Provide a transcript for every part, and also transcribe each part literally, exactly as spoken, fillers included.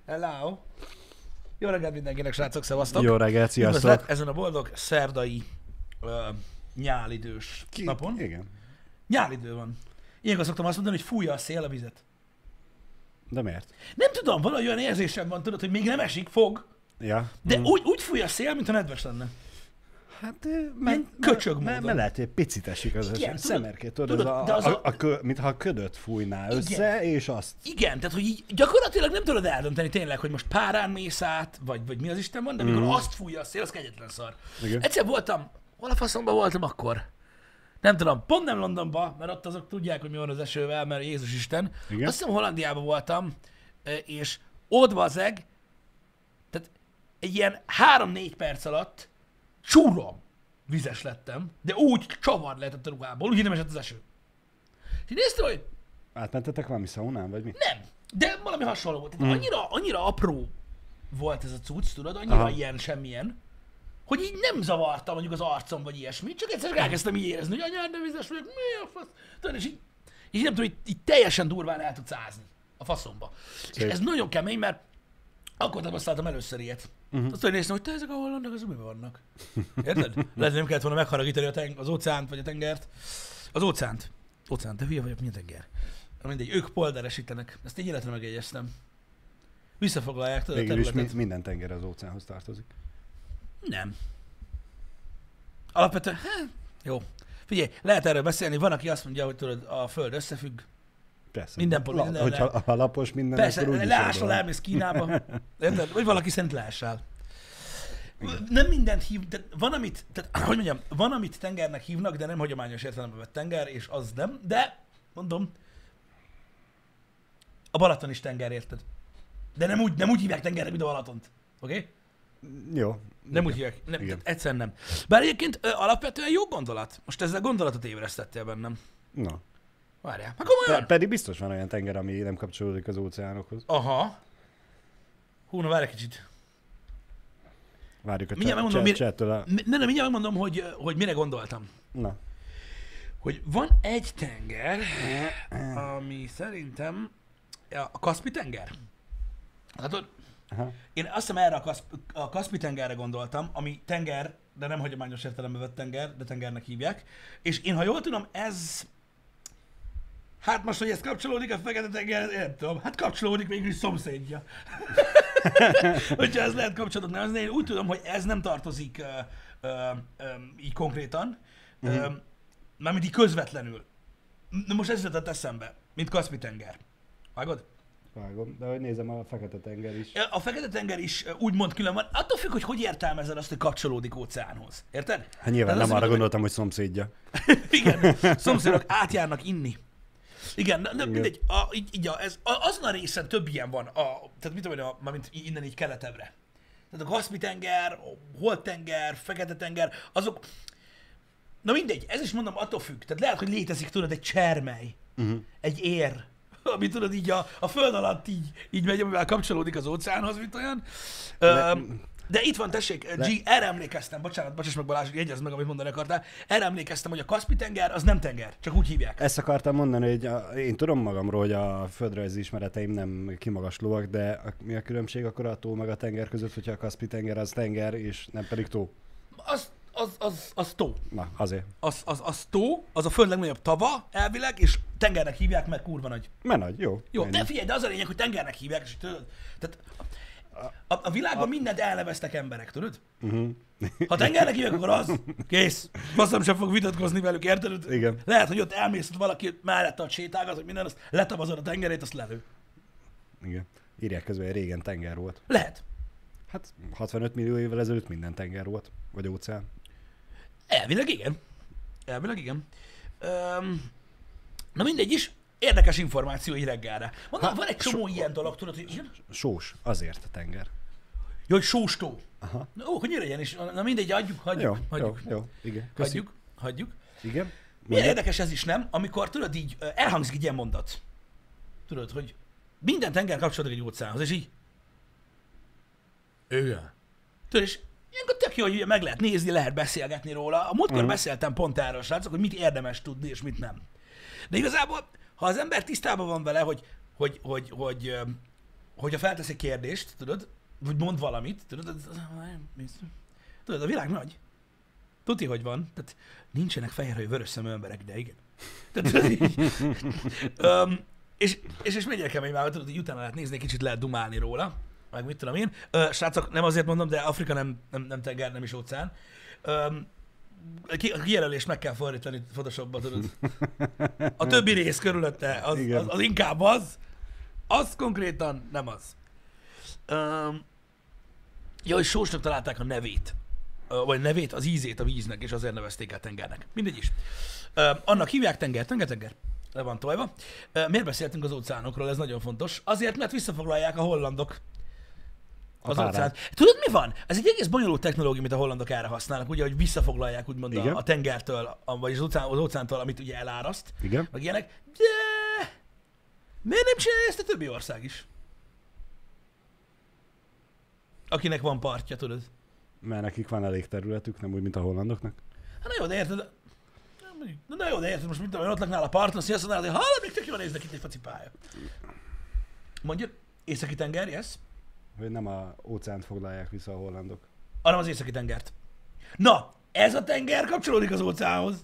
Hello! Jó reggelt mindenkinek, srácok, szevasztok! Jó reggelt, sziasztok! Üdvözlet ezen a boldog szerdai uh, nyálidős Ki? napon. Igen. Nyálidő van. Ilyenkor szoktam azt mondani, hogy fújja a szél a vizet. De miért? Nem tudom, valahogy olyan érzésem van, tudod, hogy még nem esik, fog, Ja. de Mm. úgy, úgy fúj a szél, mintha nedves lenne. Hát, Ilyen köcsög me, módon. me lehet, hogy picit esik az Igen, eset. tudod- Szemerkét, tudod, tudod, ez a, de az a, a- a, a kö, mintha a ködöt fújná össze, és azt. Igen, tehát hogy így gyakorlatilag nem tudod eldönteni tényleg, hogy most párán mész át, vagy, vagy mi az Isten van, de amikor Mhm. azt fújja a szél, az kegyetlen szar. Igen. Egyszer voltam, hol a faszomban voltam akkor? Nem tudom, pont nem Londonban, mert ott azok tudják, hogy mi van az esővel, mert Jézus Isten. Igen. Azt hiszem Hollandiában voltam, és ott vazeg, tehát egy ilyen három-négy perc alatt csúrom vizes lettem, de úgy csavar lehetett a ruhából, úgy nem esett az eső. És így néztem, hogy Átmentetek valami szaunán, vagy mi? nem, de valami hasonló volt. Tehát Mm. annyira, annyira apró volt ez a cucc, tudod, annyira Aha. ilyen semmilyen, hogy így nem zavarta mondjuk az arcom, vagy ilyesmi, csak egyszer csak elkezdtem így érezni, hogy anyád, de vizes vagyok, mi a fasz? Tudod, és így, így nem tudom, így, így teljesen durván el tudsz ázni a faszomba. És Szép. ez nagyon kemény, mert akkor tapasztaltam először ilyet. Uh-huh. Azt mondja, hogy te ezek a hollandok, azok miben vannak? Érted? Lehet, hogy nem kellett volna megharagítani a teng- az óceánt, vagy a tengert. Az óceánt. Óceánt, de hülye vagyok, mi a tenger? Na mindegy, ők polderesítenek. Ezt egy életre megjegyeztem. Visszafoglalják, tudod, a Végül is területet. mi, minden tenger az óceánhoz tartozik. Nem. Alapvetően, hát, jó. Figyelj, lehet erről beszélni, van, aki azt mondja, hogy tudod, a Föld összefügg. Persze. Minden pont- La, mindenre. hogyha a lapos minden, Persze, akkor úgyis leással, oda van. elmész Kínába. Érted? Vagy valaki szerint leássál. Nem mindent hív, de van, amit, tehát, hogy mondjam, van, amit tengernek hívnak, de nem hagyományos értelemben vett tenger, és az nem, de, mondom, a Balaton is tenger, érted? De nem úgy, nem úgy hívják tengernek, mint a Balatont. Oké? Okay? Jó. Nem úgy hívják. Nem, Igen. tehát egyszerűen nem. Bár egyébként ö, alapvetően jó gondolat. Most ezzel gondolatot ébresztettél bennem. Na. Várjál. Hát komolyan? Pe- pedig biztos van olyan tenger, ami nem kapcsolódik az óceánokhoz. Aha. Hú, na várj egy kicsit. Várjuk a Mindjárt chat- megmondom, chat- mire- chattől a... Ne, nem, mindjárt megmondom, hogy, hogy mire gondoltam. Na. Hogy van egy tenger, ami szerintem a Kaszpi tenger. Hát Aha. én azt hiszem erre a, Kaszp, a Kaszpi tengerre gondoltam, ami tenger, de nem hagyományos értelemben vett tenger, de tengernek hívják. És én, ha jól tudom, ez... Hát most, hogy ez kapcsolódik a Fekete-tenger, én nem tudom. Hát kapcsolódik, végül is szomszédja. Hogyha ez lehet kapcsolatot nevezni, én úgy tudom, hogy ez nem tartozik ö, ö, ö, így konkrétan, Mhm. ö, mármint így közvetlenül. Na most ez jutott eszembe, mint Kaszpi-tenger. Vágod? Vágom, de hogy nézem, a Fekete-tenger is. A Fekete-tenger is ö, úgymond külön van. Attól függ, hogy hogy értelmezed azt, hogy kapcsolódik óceánhoz. Érted? Hát nyilván Tehát nem azt arra mondod, gondoltam, hogy szomszédja. Igen, szomszédok átjárnak inni. Igen, na, na Igen. mindegy, a, így, így a, ez, a, azon a részen több ilyen van, a, tehát mit tudom én, a- mármint innen így keletebbre. Tehát a Kaszpi-tenger, a Holt-tenger, Fekete-tenger, azok, na mindegy, ez is mondom attól függ. Tehát lehet, hogy létezik, tudod, egy csermely, Uh-huh. egy ér, ami tudod így a, a föld alatt így, így megy, amivel kapcsolódik az óceánhoz, mint olyan. Le- Öm, de itt van, tessék, G, erre emlékeztem, bocsánat, bocsáss meg Balázs, jegyezd meg, amit mondani akartál. Erre emlékeztem, hogy a Kaszpi-tenger az nem tenger, csak úgy hívják. Ezt akartam mondani, hogy a, én tudom magamról, hogy a földrajzi ismereteim nem kimagaslóak, de a, mi a különbség akkor a tó meg a tenger között, hogyha a Kaszpi-tenger az tenger, és nem pedig tó? Az, az, az, az tó. Na, azért. Az, az, az tó, az a föld legnagyobb tava elvileg, és tengernek hívják, mert kurva nagy. Mert nagy, jó. Jó, ennyi. de figyelj, de az a lényeg, hogy tengernek hívják, és tudod, tehát a, a világban mindent elneveztek emberek, tudod? Uh-huh. Ha tengernek hívják, akkor az, kész. Basszom sem fog vitatkozni velük, érted? Igen. Lehet, hogy ott elmész, hogy valaki mellette a sétágat, hogy minden, azt letavazod a tengerét, azt lelő. Igen. Írják közben, hogy régen tenger volt. Lehet. Hát hatvanöt millió évvel ezelőtt minden tenger volt, vagy óceán. Elvileg igen. Elvileg igen. Öm, na mindegy is, érdekes információ így reggelre. Mondom, Ha, van egy csomó so- ilyen dolog, tudod, hogy igen? Sós, azért a tenger. Jó, hogy sóstó. Aha. Na, ó, hogy legyen is. Na mindegy, hagyjuk, hagyjuk, Jó, hagyjuk. jó, jó, igen. Köszi. Hagyjuk, hagyjuk. Igen. Milyen Mondja. érdekes ez is, nem? Amikor tudod így, ö, elhangzik egy ilyen mondat. Tudod, hogy minden tenger kapcsolódik egy óceánhoz, és így... Igen. Tudod, és ilyenkor tök jó, hogy ugye meg lehet nézni, lehet beszélgetni róla. A múltkor Mhm. beszéltem pont erről, srácok, hogy mit érdemes tudni, és mit nem. De igazából, ha az ember tisztában van vele, hogy, hogy, hogy, hogy, ö, hogyha feltesz egy kérdést, tudod, vagy mond valamit, tudod, az, az, tudod, a világ nagy. Tuti, hogy van. Tehát nincsenek fehérhajú vörös szemű emberek, de igen. Tehát, így, um, és, és, és mennyire kemény már, tudod, hogy utána lehet nézni, kicsit lehet dumálni róla, meg mit tudom én. Uh, srácok, nem azért mondom, de Afrika nem, nem, nem tenger, nem is óceán. Um, a kijelölést meg kell fordítani Photoshopba, tudod. A többi rész körülötte, az, az, az inkább az, az konkrétan nem az. Um, ja, és Sósnak találták a nevét. Vagy nevét, az ízét a víznek, és azért nevezték el tengernek. Mindegy is. Uh, annak hívják tenger, tenger, tenger. Le van tojva. Uh, miért beszéltünk az óceánokról? Ez nagyon fontos. Azért, mert visszafoglalják a hollandok az óceánt. Tudod, mi van? Ez egy egész bonyolult technológia, amit a hollandok erre használnak, ugye, hogy visszafoglalják úgymond a, a tengertől, a, vagy az, óceán, az óceántól, amit ugye eláraszt. Igen. Meg ilyenek. De miért nem csinálja ezt a többi ország is? Akinek van partja, tudod. Mert nekik van elég területük, nem úgy, mint a hollandoknak. Hát na jó, de érted, na jó, de érted, most mint tudom, ott laknál a parton, azt mondanád, hogy hallod, még tök jól néznek itt egy faci pálya. Mondjuk, északi tenger, yes? Hogy nem a óceánt foglalják vissza a hollandok. Hanem az északi tengert. Na, ez a tenger kapcsolódik az óceánhoz.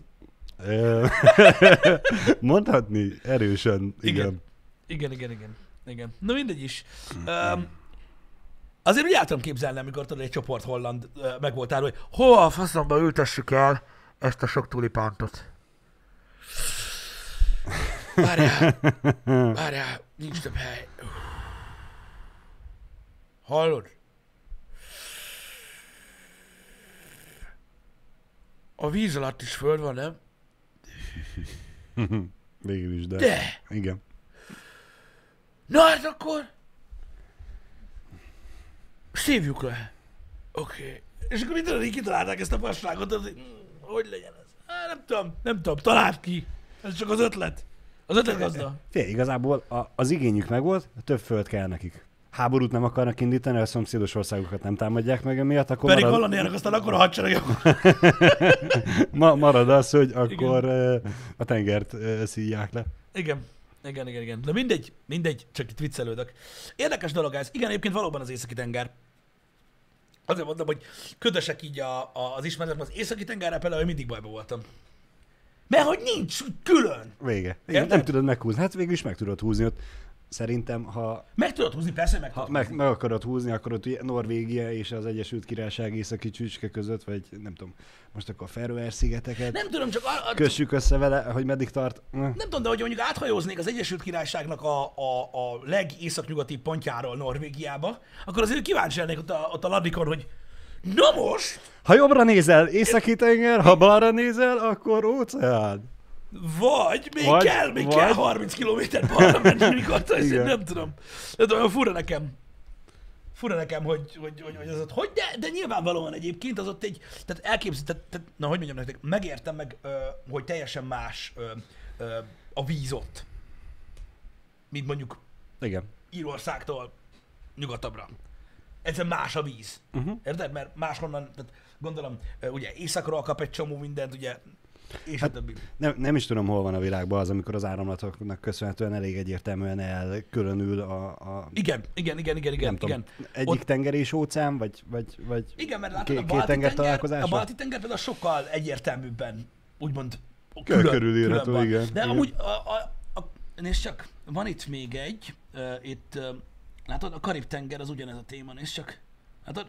Mondhatni erősen, igen. Igen, igen, igen, igen. igen. Na mindegy is. Um, azért úgy el tudom képzelni, amikor tudod, egy csoport holland uh, meg volt árul, hogy hova a faszomba ültessük el ezt a sok tulipántot. Várjál, várjál, nincs több hely. Hallod? A víz alatt is föld van, nem? Végül is, de... De! Igen. Na hát akkor... Szívjuk le. Oké. Okay. És akkor mindenre így kitalálták ezt a fasságot, hogy hm, hogy legyen ez? Há, nem tudom, nem tudom, találd ki. Ez csak az ötlet. Az ötlet gazda. Fél, igazából a, az igényük megvolt, több föld kell nekik. Háborút nem akarnak indítani, a szomszédos országokat nem támadják meg emiatt, akkor pedig marad... valamilyenek aztán akkor a hadsereg. Ma, marad az, hogy akkor igen. A tengert szíják le. Igen. Igen, igen, igen. De mindegy, mindegy, csak itt viccelődök. Érdekes dolog ez. Igen, egyébként valóban az északi tenger. Azért mondom, hogy ködösek így a, a, az ismeretem, az északi tengerrel például mindig bajba voltam. Mert hogy nincs külön. Vége. Igen, nem tudod meghúzni. Hát végül is meg tudod húzni ott. Szerintem, ha... Meg tudod húzni, persze, meg ha tudod meg, húzni. meg akarod húzni, akkor ott Norvégia és az Egyesült Királyság északi csücske között, vagy nem tudom, most akkor a Feröer-szigeteket Nem tudom, csak... A, a, kössük össze vele, hogy meddig tart. Nem tudom, de hogy mondjuk áthajóznék az Egyesült Királyságnak a, a, a legészaknyugati pontjáról Norvégiába, akkor azért kíváncsi lennék ott a, ott a ladikon, hogy na most... Ha jobbra nézel, északi tenger, ha balra nézel, akkor óceán. Vagy még vagy, kell, még vagy... kell harminc kilométer balra menni, mikor nem, nem tudom. Nem tudom, fura nekem. Fura nekem, hogy, hogy, hogy, hogy az ott hogy, de, de nyilvánvalóan egyébként az ott egy, tehát elképzel, tehát, tehát, na hogy mondjam nektek, megértem meg, ö, hogy teljesen más ö, ö, a víz ott, mint mondjuk Igen. Írországtól nyugatabbra. Egyszerűen más a víz. Uh-huh. Érted? Mert máshonnan, tehát gondolom, ugye északról kap egy csomó mindent, ugye, és hát, a többi. Nem, nem is tudom, hol van a világban az, amikor az áramlatoknak köszönhetően elég egyértelműen elkülönül a... a igen, igen, igen, igen, igen. Nem igen. tudom, egyik Ott... tenger és óceán, vagy, vagy, vagy igen, mert látod, két, a balti tenger tenger, találkozása? a balti tenger például sokkal egyértelműbben, úgymond külön, körülírható, igen. De igen. amúgy, a, a, a, nézd csak, van itt még egy, uh, itt, uh, látod, a Karib-tenger az ugyanez a téma, nézd csak. Látod?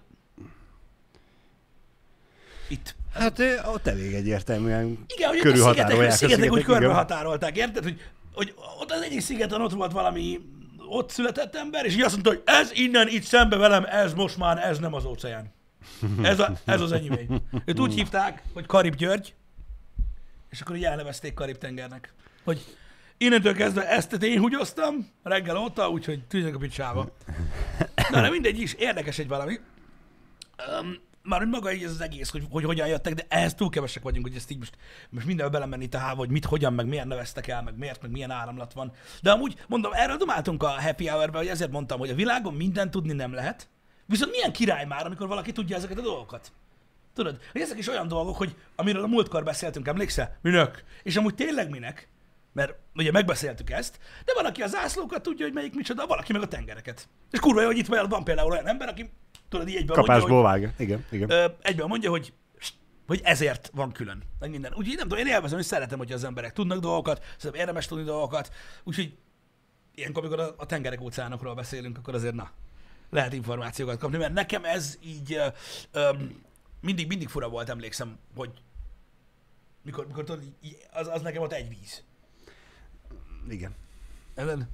Itt. Hát ott elég egyértelműen igen, hogy körülhatárolják a szigetek, úgy igen. körbehatárolták, érted? Hogy, hogy ott az egyik szigeten ott volt valami ott született ember, és így azt mondta, hogy ez innen, itt szembe velem, ez most már, ez nem az óceán. Ez, a, ez az enyémény. Őt úgy hívták, hogy Karib György, és akkor így elnevezték Karib-tengernek. Hogy innentől kezdve ezt én húgyoztam reggel óta, úgyhogy tűznek a picsába. Na, de mindegy is, érdekes egy valami. Um, már hogy maga így ez az egész, hogy, hogy hogyan jöttek, de ehhez túl kevesek vagyunk, hogy ezt így most, most mindenbe belemenni a hába, hogy mit, hogyan, meg miért neveztek el, meg miért, meg milyen áramlat van. De amúgy, mondom, erről domáltunk a Happy Hour-ben, hogy ezért mondtam, hogy a világon mindent tudni nem lehet, viszont milyen király már, amikor valaki tudja ezeket a dolgokat. Tudod, hogy ezek is olyan dolgok, hogy amiről a múltkor beszéltünk, emlékszel? Minek? És amúgy tényleg minek? Mert ugye megbeszéltük ezt, de van, aki a zászlókat tudja, hogy melyik micsoda, valaki meg a tengereket. És kurva jó, hogy itt van például olyan ember, aki tudod, így egyben mondja, Kapásból hogy, vág. Igen, igen. ö, egyben mondja, hogy hogy ezért van külön, meg minden. Úgyhogy nem tudom, én élvezem, hogy szeretem, hogy az emberek tudnak dolgokat, szerintem érdemes tudni dolgokat, úgyhogy ilyenkor, amikor a, a tengerek, óceánokról beszélünk, akkor azért na, lehet információkat kapni, mert nekem ez így ö, ö, mindig, mindig fura volt, emlékszem, hogy mikor, mikor tudod, így, az, az nekem ott egy víz. Igen. Ellen?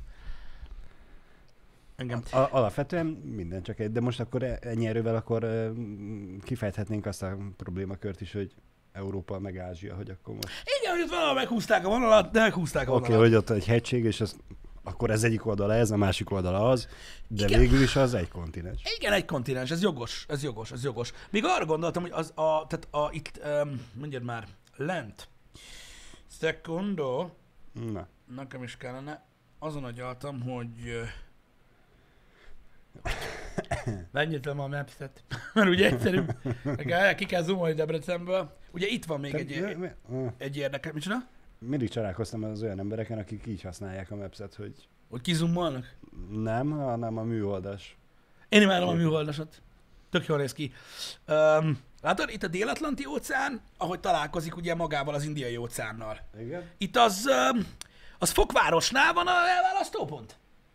Engem. A, alapvetően minden csak egy, de most akkor e- ennyi erővel akkor uh, kifejthetnénk azt a problémakört is, hogy Európa meg Ázsia, hogy akkor most... Igen, hogy ott valahol meghúzták a vonalat, de meghúzták a Oké, vonalat. okay, hogy ott egy hegység, és az, akkor ez egyik oldala ez, a másik oldala az, de Igen. végül is az egy kontinens. Igen, egy kontinens, ez jogos, ez jogos, ez jogos. Még arra gondoltam, hogy az a, tehát a, itt, um, mondjad már, lent, secundo, Na. nekem is kellene, azon agyaltam, hogy ö, megnyitom a Maps-et, mert ugye egyszerű, meg ki kell zoomolni Debrecenből. Ugye itt van még Te, egy, mi, mi, ah, egy érdekes, micsoda? mindig csodálkoztam az olyan embereken, akik így használják a Maps-et, hogy Hogy kizoomolnak? nem, hanem a műholdas. Én imádom a műholdasat. Tök jól néz ki. Um, látod, itt a Dél-Atlanti óceán, ahogy találkozik ugye magával az Indiai óceánnal. Igen? Itt az, um, az Fokvárosnál van a elválasztópont.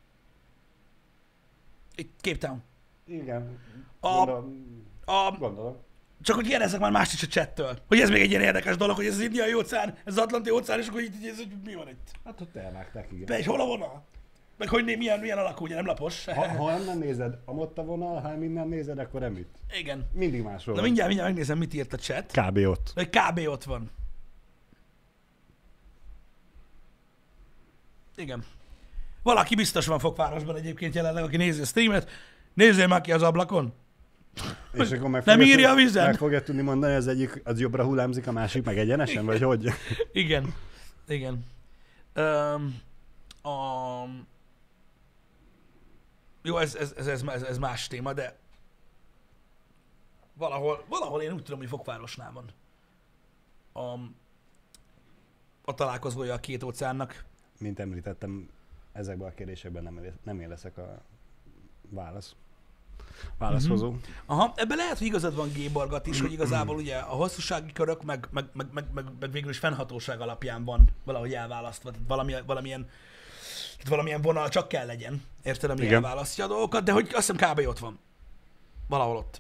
Itt Cape Town. Igen. A- Gondolom. A, Gondolom. csak hogy kérdezzek már mást is a chattől, hogy ez még egy ilyen érdekes dolog, hogy ez az Indiai óceán, ez az Atlanti óceán, és akkor így, így ez, hogy mi van itt? Hát ott elvágták, igen. De és hol a vonal? Meg hogy né- milyen, milyen alakú, ugye nem lapos. Ha, ha innen nézed, amott a vonal, ha innen nézed, akkor emitt. Igen. Mindig máshol Na van. mindjárt, mindjárt megnézem, mit írt a chat. Kb. Ott. Vagy kb. Ott van. Igen. Valaki biztos van Fokvárosban egyébként jelenleg, aki nézi a streamet. Nézzél már ki az ablakon. És akkor meg Nem fogja írja tud- a vizen? Meg fogja tudni mondani, hogy az egyik az jobbra hullámzik, a másik meg egyenesen, vagy hogy? Igen. Igen. Um, a... Jó, ez, ez, ez, ez, ez, ez más téma, de valahol, valahol én úgy tudom, hogy Fokvárosnál van a, a találkozója a két óceánnak. Mint említettem, ezekben a kérdésekben nem, nem én leszek a válasz. Válaszhozó. Mm-hmm. Aha, ebben lehet, hogy igazad van Géborgat is, hogy igazából ugye a hosszúsági körök, meg, meg, meg, meg, meg, meg végül is fennhatóság alapján van valahogy elválasztva. Tehát valami, valamilyen, tehát valamilyen vonal csak kell legyen, érted, ami Igen. elválasztja a dolgokat, de hogy azt hiszem kb. Ott van. Valahol ott.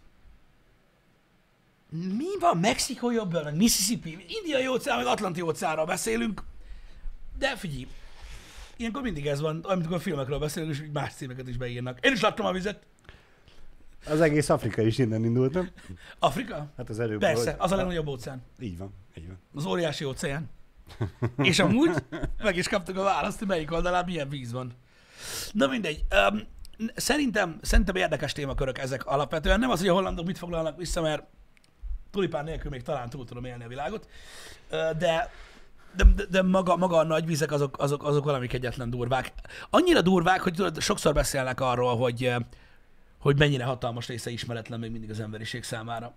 Mi van? Mexikó jobből, meg Mississippi, Indiai óceán, meg Atlanti óceánról beszélünk. De figyelj, ilyenkor mindig ez van, amikor a filmekről beszélünk, és más címeket is beírnak. Én is láttam a vizet. Az egész Afrika is innen indult, nem? Afrika? Hát az előbb... Persze, hogy- az a legnagyobb óceán. Így van, így van. Az óriási óceán. És amúgy meg is kaptuk a választ, hogy melyik oldalán milyen víz van. Na mindegy. Um, szerintem, szerintem érdekes témakörök ezek alapvetően. Nem az, hogy a hollandok mit foglalnak vissza, mert tulipán nélkül még talán túl tudom élni a világot. Ö, De, de, de, de maga, maga a nagy vizek azok, azok, azok valami kegyetlen durvák. Annyira durvák, hogy tudod, sokszor beszélnek arról, hogy, eh, hogy mennyire hatalmas része ismeretlen még mindig az emberiség számára.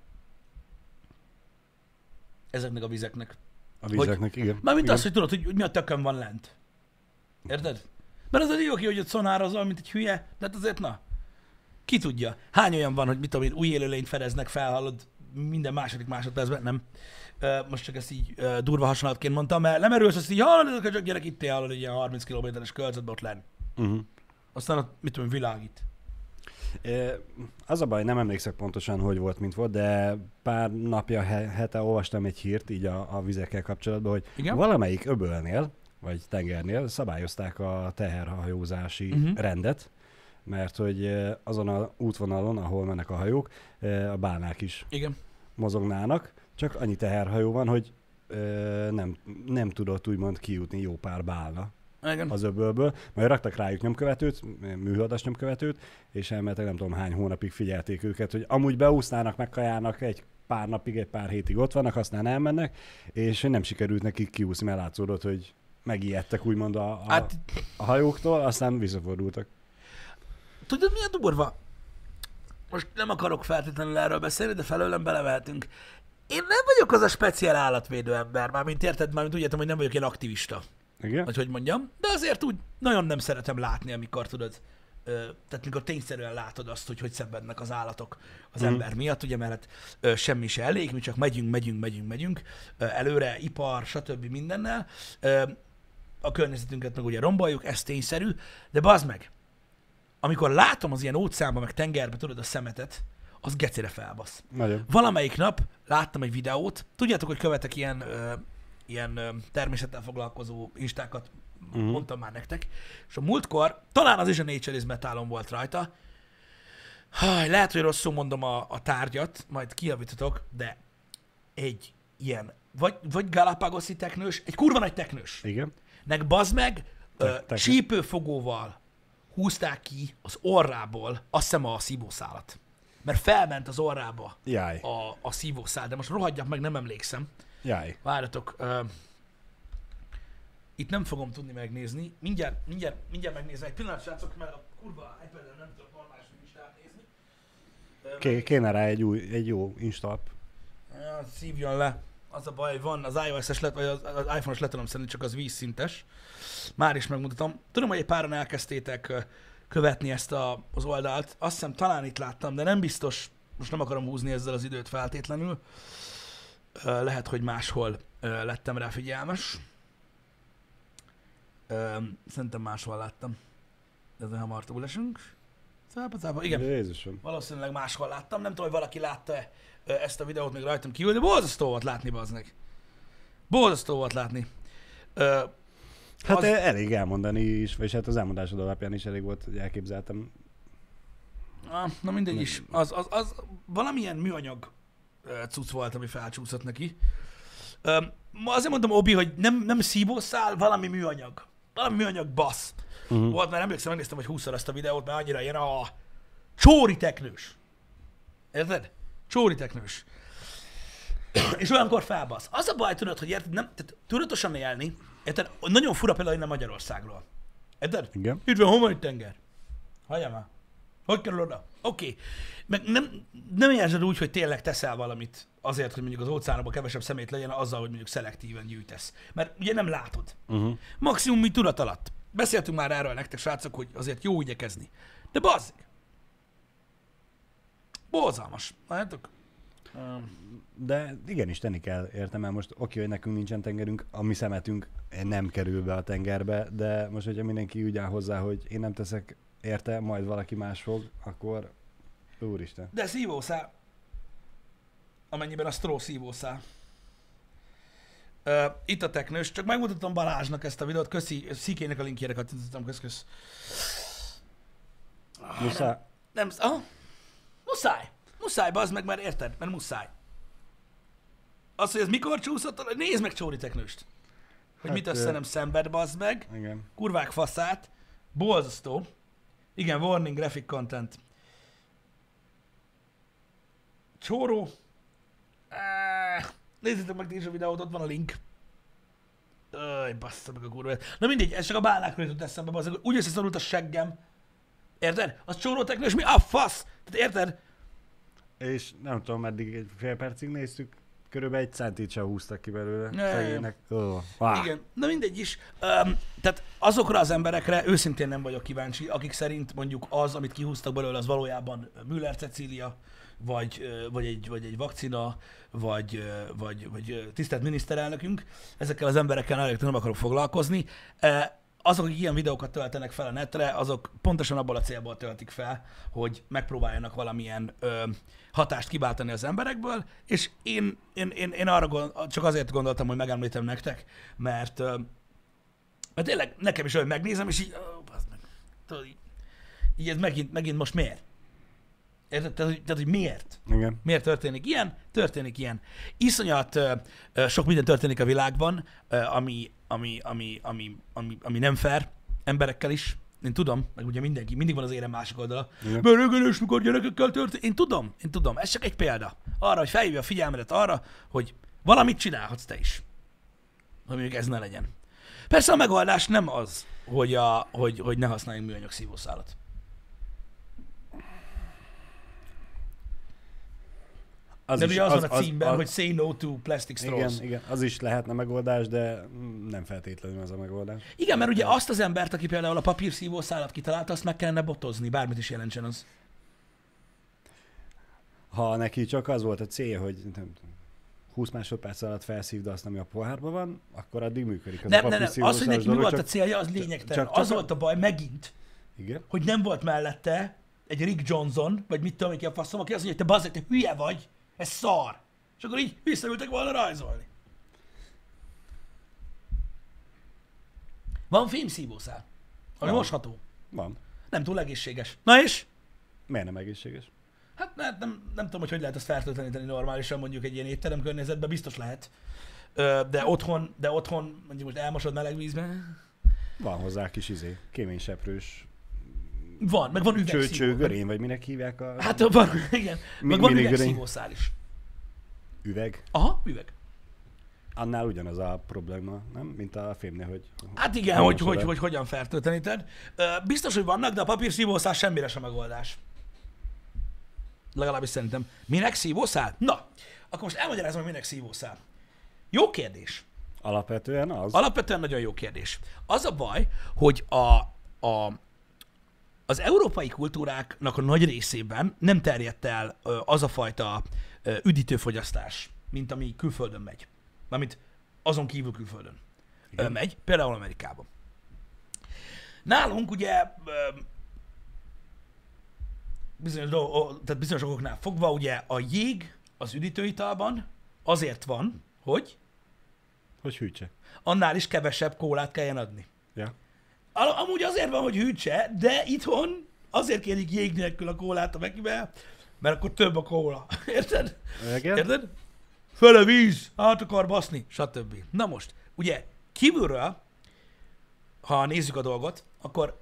Ezeknek a vizeknek. A vizeknek, igen. Mármint igen. az, hogy tudod, hogy, hogy mi a tökön van lent. Érted? Mert az jó ki, hogy ott szonározol, mint egy hülye, de hát azért na. Ki tudja? Hány olyan van, hogy mit tudom én, új élőlényt fedeznek fel, hallod, minden második másodpercben, nem? Ö, most csak ezt így ö, durva hasonlatként mondtam, mert lemerülsz, azt így hallod, ezek a gyerek itt él, hallod, egy ilyen harminc kilométeres körzetben ott lenn. Uh-huh. Aztán ott, mit tudom, világít. É, Az a baj, nem emlékszek pontosan, hogy volt, mint volt, de pár napja, he- hete olvastam egy hírt így a, a vizekkel kapcsolatban, hogy Igen? valamelyik öbölnél, vagy tengernél szabályozták a teherhajózási Mhm. rendet, mert hogy eh, azon a útvonalon, ahol mennek a hajók, eh, a bálnák is Igen. mozognának, csak annyi teherhajó van, hogy eh, nem, nem tudott úgymond kijutni jó pár bálna Igen. az öbölből, majd raktak rájuk nyomkövetőt, műholdas nyomkövetőt, és elméletileg nem tudom hány hónapig figyelték őket, hogy amúgy beúsznának, megkajálnak, egy pár napig, egy pár hétig ott vannak, aztán elmennek, és nem sikerült nekik kiúszni, mert látszódott, hogy megijedtek úgymond a, a, Hát, a hajóktól, aztán visszafordultak. tudod, mi a durva? Most nem akarok feltétlenül erről beszélni, de felőlem belevehetünk. Én nem vagyok az a speciál állatvédő ember, mármint érted, mármint úgy értem, hogy nem vagyok ilyen aktivista. Igen? vagy hogy mondjam, de azért úgy nagyon nem szeretem látni, amikor tudod, ö, tehát mikor tényszerűen látod azt, hogy hogy szenvednek az állatok az Mhm. ember miatt, ugye, mert ö, semmi se elég, mi csak megyünk, megyünk, megyünk, megyünk, ö, előre, ipar, stb. Mindennel, ö, a környezetünket meg ugye romboljuk, ez tényszerű, de bazd meg, amikor látom az ilyen óceánban, meg tengerben, tudod, a szemetet, az gecére felbasz. Nagyon. Valamelyik nap láttam egy videót, tudjátok, hogy követek ilyen, ö, ilyen ö, természettel foglalkozó instákat, uh-huh. mondtam már nektek, és a múltkor, talán az is a Nature is Metalon volt rajta, Haj, lehet, hogy rosszul mondom a, a tárgyat, majd kijavítotok, de egy ilyen, vagy, vagy Galapagoszi teknős, egy kurva nagy teknős, Igen. nek bazd meg, ö, teknős. csípőfogóval húzták ki az orrából, azt hiszem a szívószálat. Mert felment az orrába Jaj. a, a szívószál, de most rohadjak meg, nem emlékszem. Jaj. Várjatok, uh, itt nem fogom tudni megnézni. Mindjárt, mindjárt, mindjárt megnézem. Egy pillanat, srácok, mert a kurva iPad-en nem tudok normális listát nézni. Uh, Ké- kéne rá egy, új, egy jó install. Ja, szívjon le. Az a baj, hogy van az iOS-es, let, vagy az, az iPhone-os letalom szerint csak az vízszintes. Már is megmutatom. Tudom, hogy egy páran elkezdtétek ö, követni ezt a, az oldalt. Azt hiszem, talán itt láttam, de nem biztos. Most nem akarom húzni ezzel az időt feltétlenül. Ö, Lehet, hogy máshol ö, lettem rá figyelmes. Ö, Szerintem máshol láttam. De ezzel hamar túlesünk. Cápa, cápa. Igen. Jézusom. Valószínűleg máshol láttam. Nem tudom, hogy valaki látta-e ö, ezt a videót még rajtam kívül, de borzasztó volt látni, bazdnek. Borzasztó volt látni. Ö, Hát az- az... elég elmondani is, vagy hát az elmondásod alapján is elég volt, hogy elképzeltem. Ah, na mindegy is. Az, az, az valamilyen műanyag ö, cucc volt, ami felcsúszott neki. Ö, ma azért mondom, Obi, hogy nem, nem szívószál, valami műanyag. Valami műanyag basz. Uh-huh. Volt, mert emlékszem, megnéztem, hogy húszszor ezt a videót, mert annyira ilyen a csóri teknős. Érted? Csóri teknős. És olyankor felbasz. Az a baj, tudod, hogy érted, nem, tehát tudatosan élni, érted? Nagyon fura például innen Magyarországról. Érted? Igen. Itt van, hol van egy tenger? Hagyjál már. Hogy kerül oda? Oké. Okay. Meg nem, nem érzed úgy, hogy tényleg teszel valamit azért, hogy mondjuk az óceánokban kevesebb szemét legyen, azzal, hogy mondjuk szelektíven gyűjtesz. Mert ugye nem látod. Uh-huh. Maximum mi tudat alatt. Beszéltünk már erről nektek, srácok, hogy azért jó igyekezni. De bazzik. Borzalmas. Látjátok? De igenis tenni kell, értem el most, oké, hogy nekünk nincsen tengerünk, a mi szemetünk nem kerül be a tengerbe, de most, hogyha mindenki úgy áll hozzá, hogy én nem teszek érte, majd valaki más fog, akkor úristen. De szívószál. Amennyiben a straw szívószál. Uh, itt a teknős, csak megmutatom Balázsnak ezt a videót, köszi, Szikének a linkjére kattintottam, kösz, kösz. Muszáj. Nem, ah, muszáj. Muszáj, bazd meg, mert érted, mert muszáj. Az, hogy ez mikor csúszott, nézd meg Csóri teknőst. Hogy Hát, mit össze ö- nem szenved, bazd meg. Igen. Kurvák faszát. Borzasztó. Igen, warning, graphic content. Csóró. Ah, nézzétek meg ti is a videót, ott van a link. Öj, bassza meg a kurva. Na mindegy, ez csak a bálnákról jutott eszembe, bazd meg. Úgy összeszorult a seggem. Érted? Az csóró teknős, mi a fasz? Tehát érted? És nem tudom, meddig egy fél percig néztük, körülbelül egy centit sem húztak ki belőle. Ne. Szegénynek. Oh. Ah. Igen, na mindegy is. Um, tehát azokra az emberekre őszintén nem vagyok kíváncsi, akik szerint mondjuk az, amit kihúztak belőle, az valójában Müller Cecília, vagy, ö, vagy, egy, vagy egy vakcina, vagy, ö, vagy, vagy ö, tisztelt miniszterelnökünk. Ezekkel az emberekkel nagyon nem akarok foglalkozni. E, Azok, akik ilyen videókat töltenek fel a netre, azok pontosan abból a célból töltik fel, hogy megpróbáljanak valamilyen ö, hatást kiváltani az emberekből, és én, én, én, én arra gond, csak azért gondoltam, hogy megemlítem nektek, mert, ö, mert tényleg nekem is olyan megnézem, és így, ó, bazd meg, tudod, így, így ez megint, megint most miért? Érted? Tehát, hogy, tehát, hogy miért? Igen. Miért történik ilyen? Történik ilyen. Iszonyat ö, ö, sok minden történik a világban, ö, ami, ami, ami, ami, ami, ami nem fair emberekkel is. Én tudom, meg ugye mindenki, mindig van az érem másik oldala. Igen. Mert ögönös, mikor gyerekekkel történik. Én tudom, én tudom. Ez csak egy példa. Arra, hogy felhívja a figyelmedet arra, hogy valamit csinálhatsz te is. Hogy mondjuk ez ne legyen. Persze a megoldás nem az, hogy, a, hogy, hogy ne használjunk műanyag szívószálat. Az de is, ugye az, az, van a az, címben, az, hogy say no to plastic straws. igen, igen, az is lehetne megoldás, de nem feltétlenül az a megoldás. Igen, mert ugye azt az embert, aki például a papírszívószálat kitalálta, azt meg kellene botozni, bármit is jelentsen az. Ha neki csak az volt a célja, hogy nem tudom, húsz másodperc alatt felszívd azt, ami a pohárban van, akkor addig működik. Az Nem, a nem, nem, az, hogy neki mi volt a célja, az lényegtelen. csak- csak Az a- volt a baj megint, Igen. hogy nem volt mellette egy Rick Johnson, vagy mit tudom, ki a faszom, aki azt mondja, hogy te bazzeg, te hülye vagy, ez szar. És akkor így visszaültek volna rajzolni. Van fémszívószál, ami Van. mosható. Van. Nem túl egészséges. Na és? Miért nem egészséges? Hát nem, nem, nem tudom, hogy hogy lehet ezt fertőtleníteni normálisan, mondjuk egy ilyen étterem környezetben, biztos lehet. Ö, De otthon, de otthon, mondjuk most elmosod meleg vízben. Van hozzá kis izé, kéményseprős Van, meg van cső, üvegszívó. cső, görény, vagy minek hívják a Hát van, igen. Mi- Meg van minigörény. üvegszívószál is. üveg? Aha, üveg. Annál ugyanaz a probléma, nem? Mint a fémnél, hogy... Hát igen, Nem hogy, mosod hogy, el. hogy hogyan fertőtleníted. Ö, Biztos, hogy vannak, de a papírszívószál semmire sem megoldás. Legalábbis szerintem. Minek szívószál? Na, akkor most elmagyarázom, hogy minek szívószál. Jó kérdés. Alapvetően az. Alapvetően nagyon jó kérdés. Az a baj, hogy a, a, az európai kultúráknak a nagy részében nem terjedt el ö, az a fajta ö, üdítőfogyasztás, mint ami külföldön megy. Mármint azon kívül külföldön ö, megy, például Amerikában. Nálunk ugye ö, bizonyos, dolgok- tehát bizonyos okoknál fogva ugye a jég az üdítőitalban azért van, hogy Hogy hűtse. annál is kevesebb kólát kelljen adni. Ja. Al- Amúgy azért van, hogy hűtse, de itthon azért kérik jég nélkül a kólát a Mekibe, mert akkor több a kóla. Érted? Igen? Érted? Föle víz, át akar baszni, stb. Na most, ugye kívülről, ha nézzük a dolgot, akkor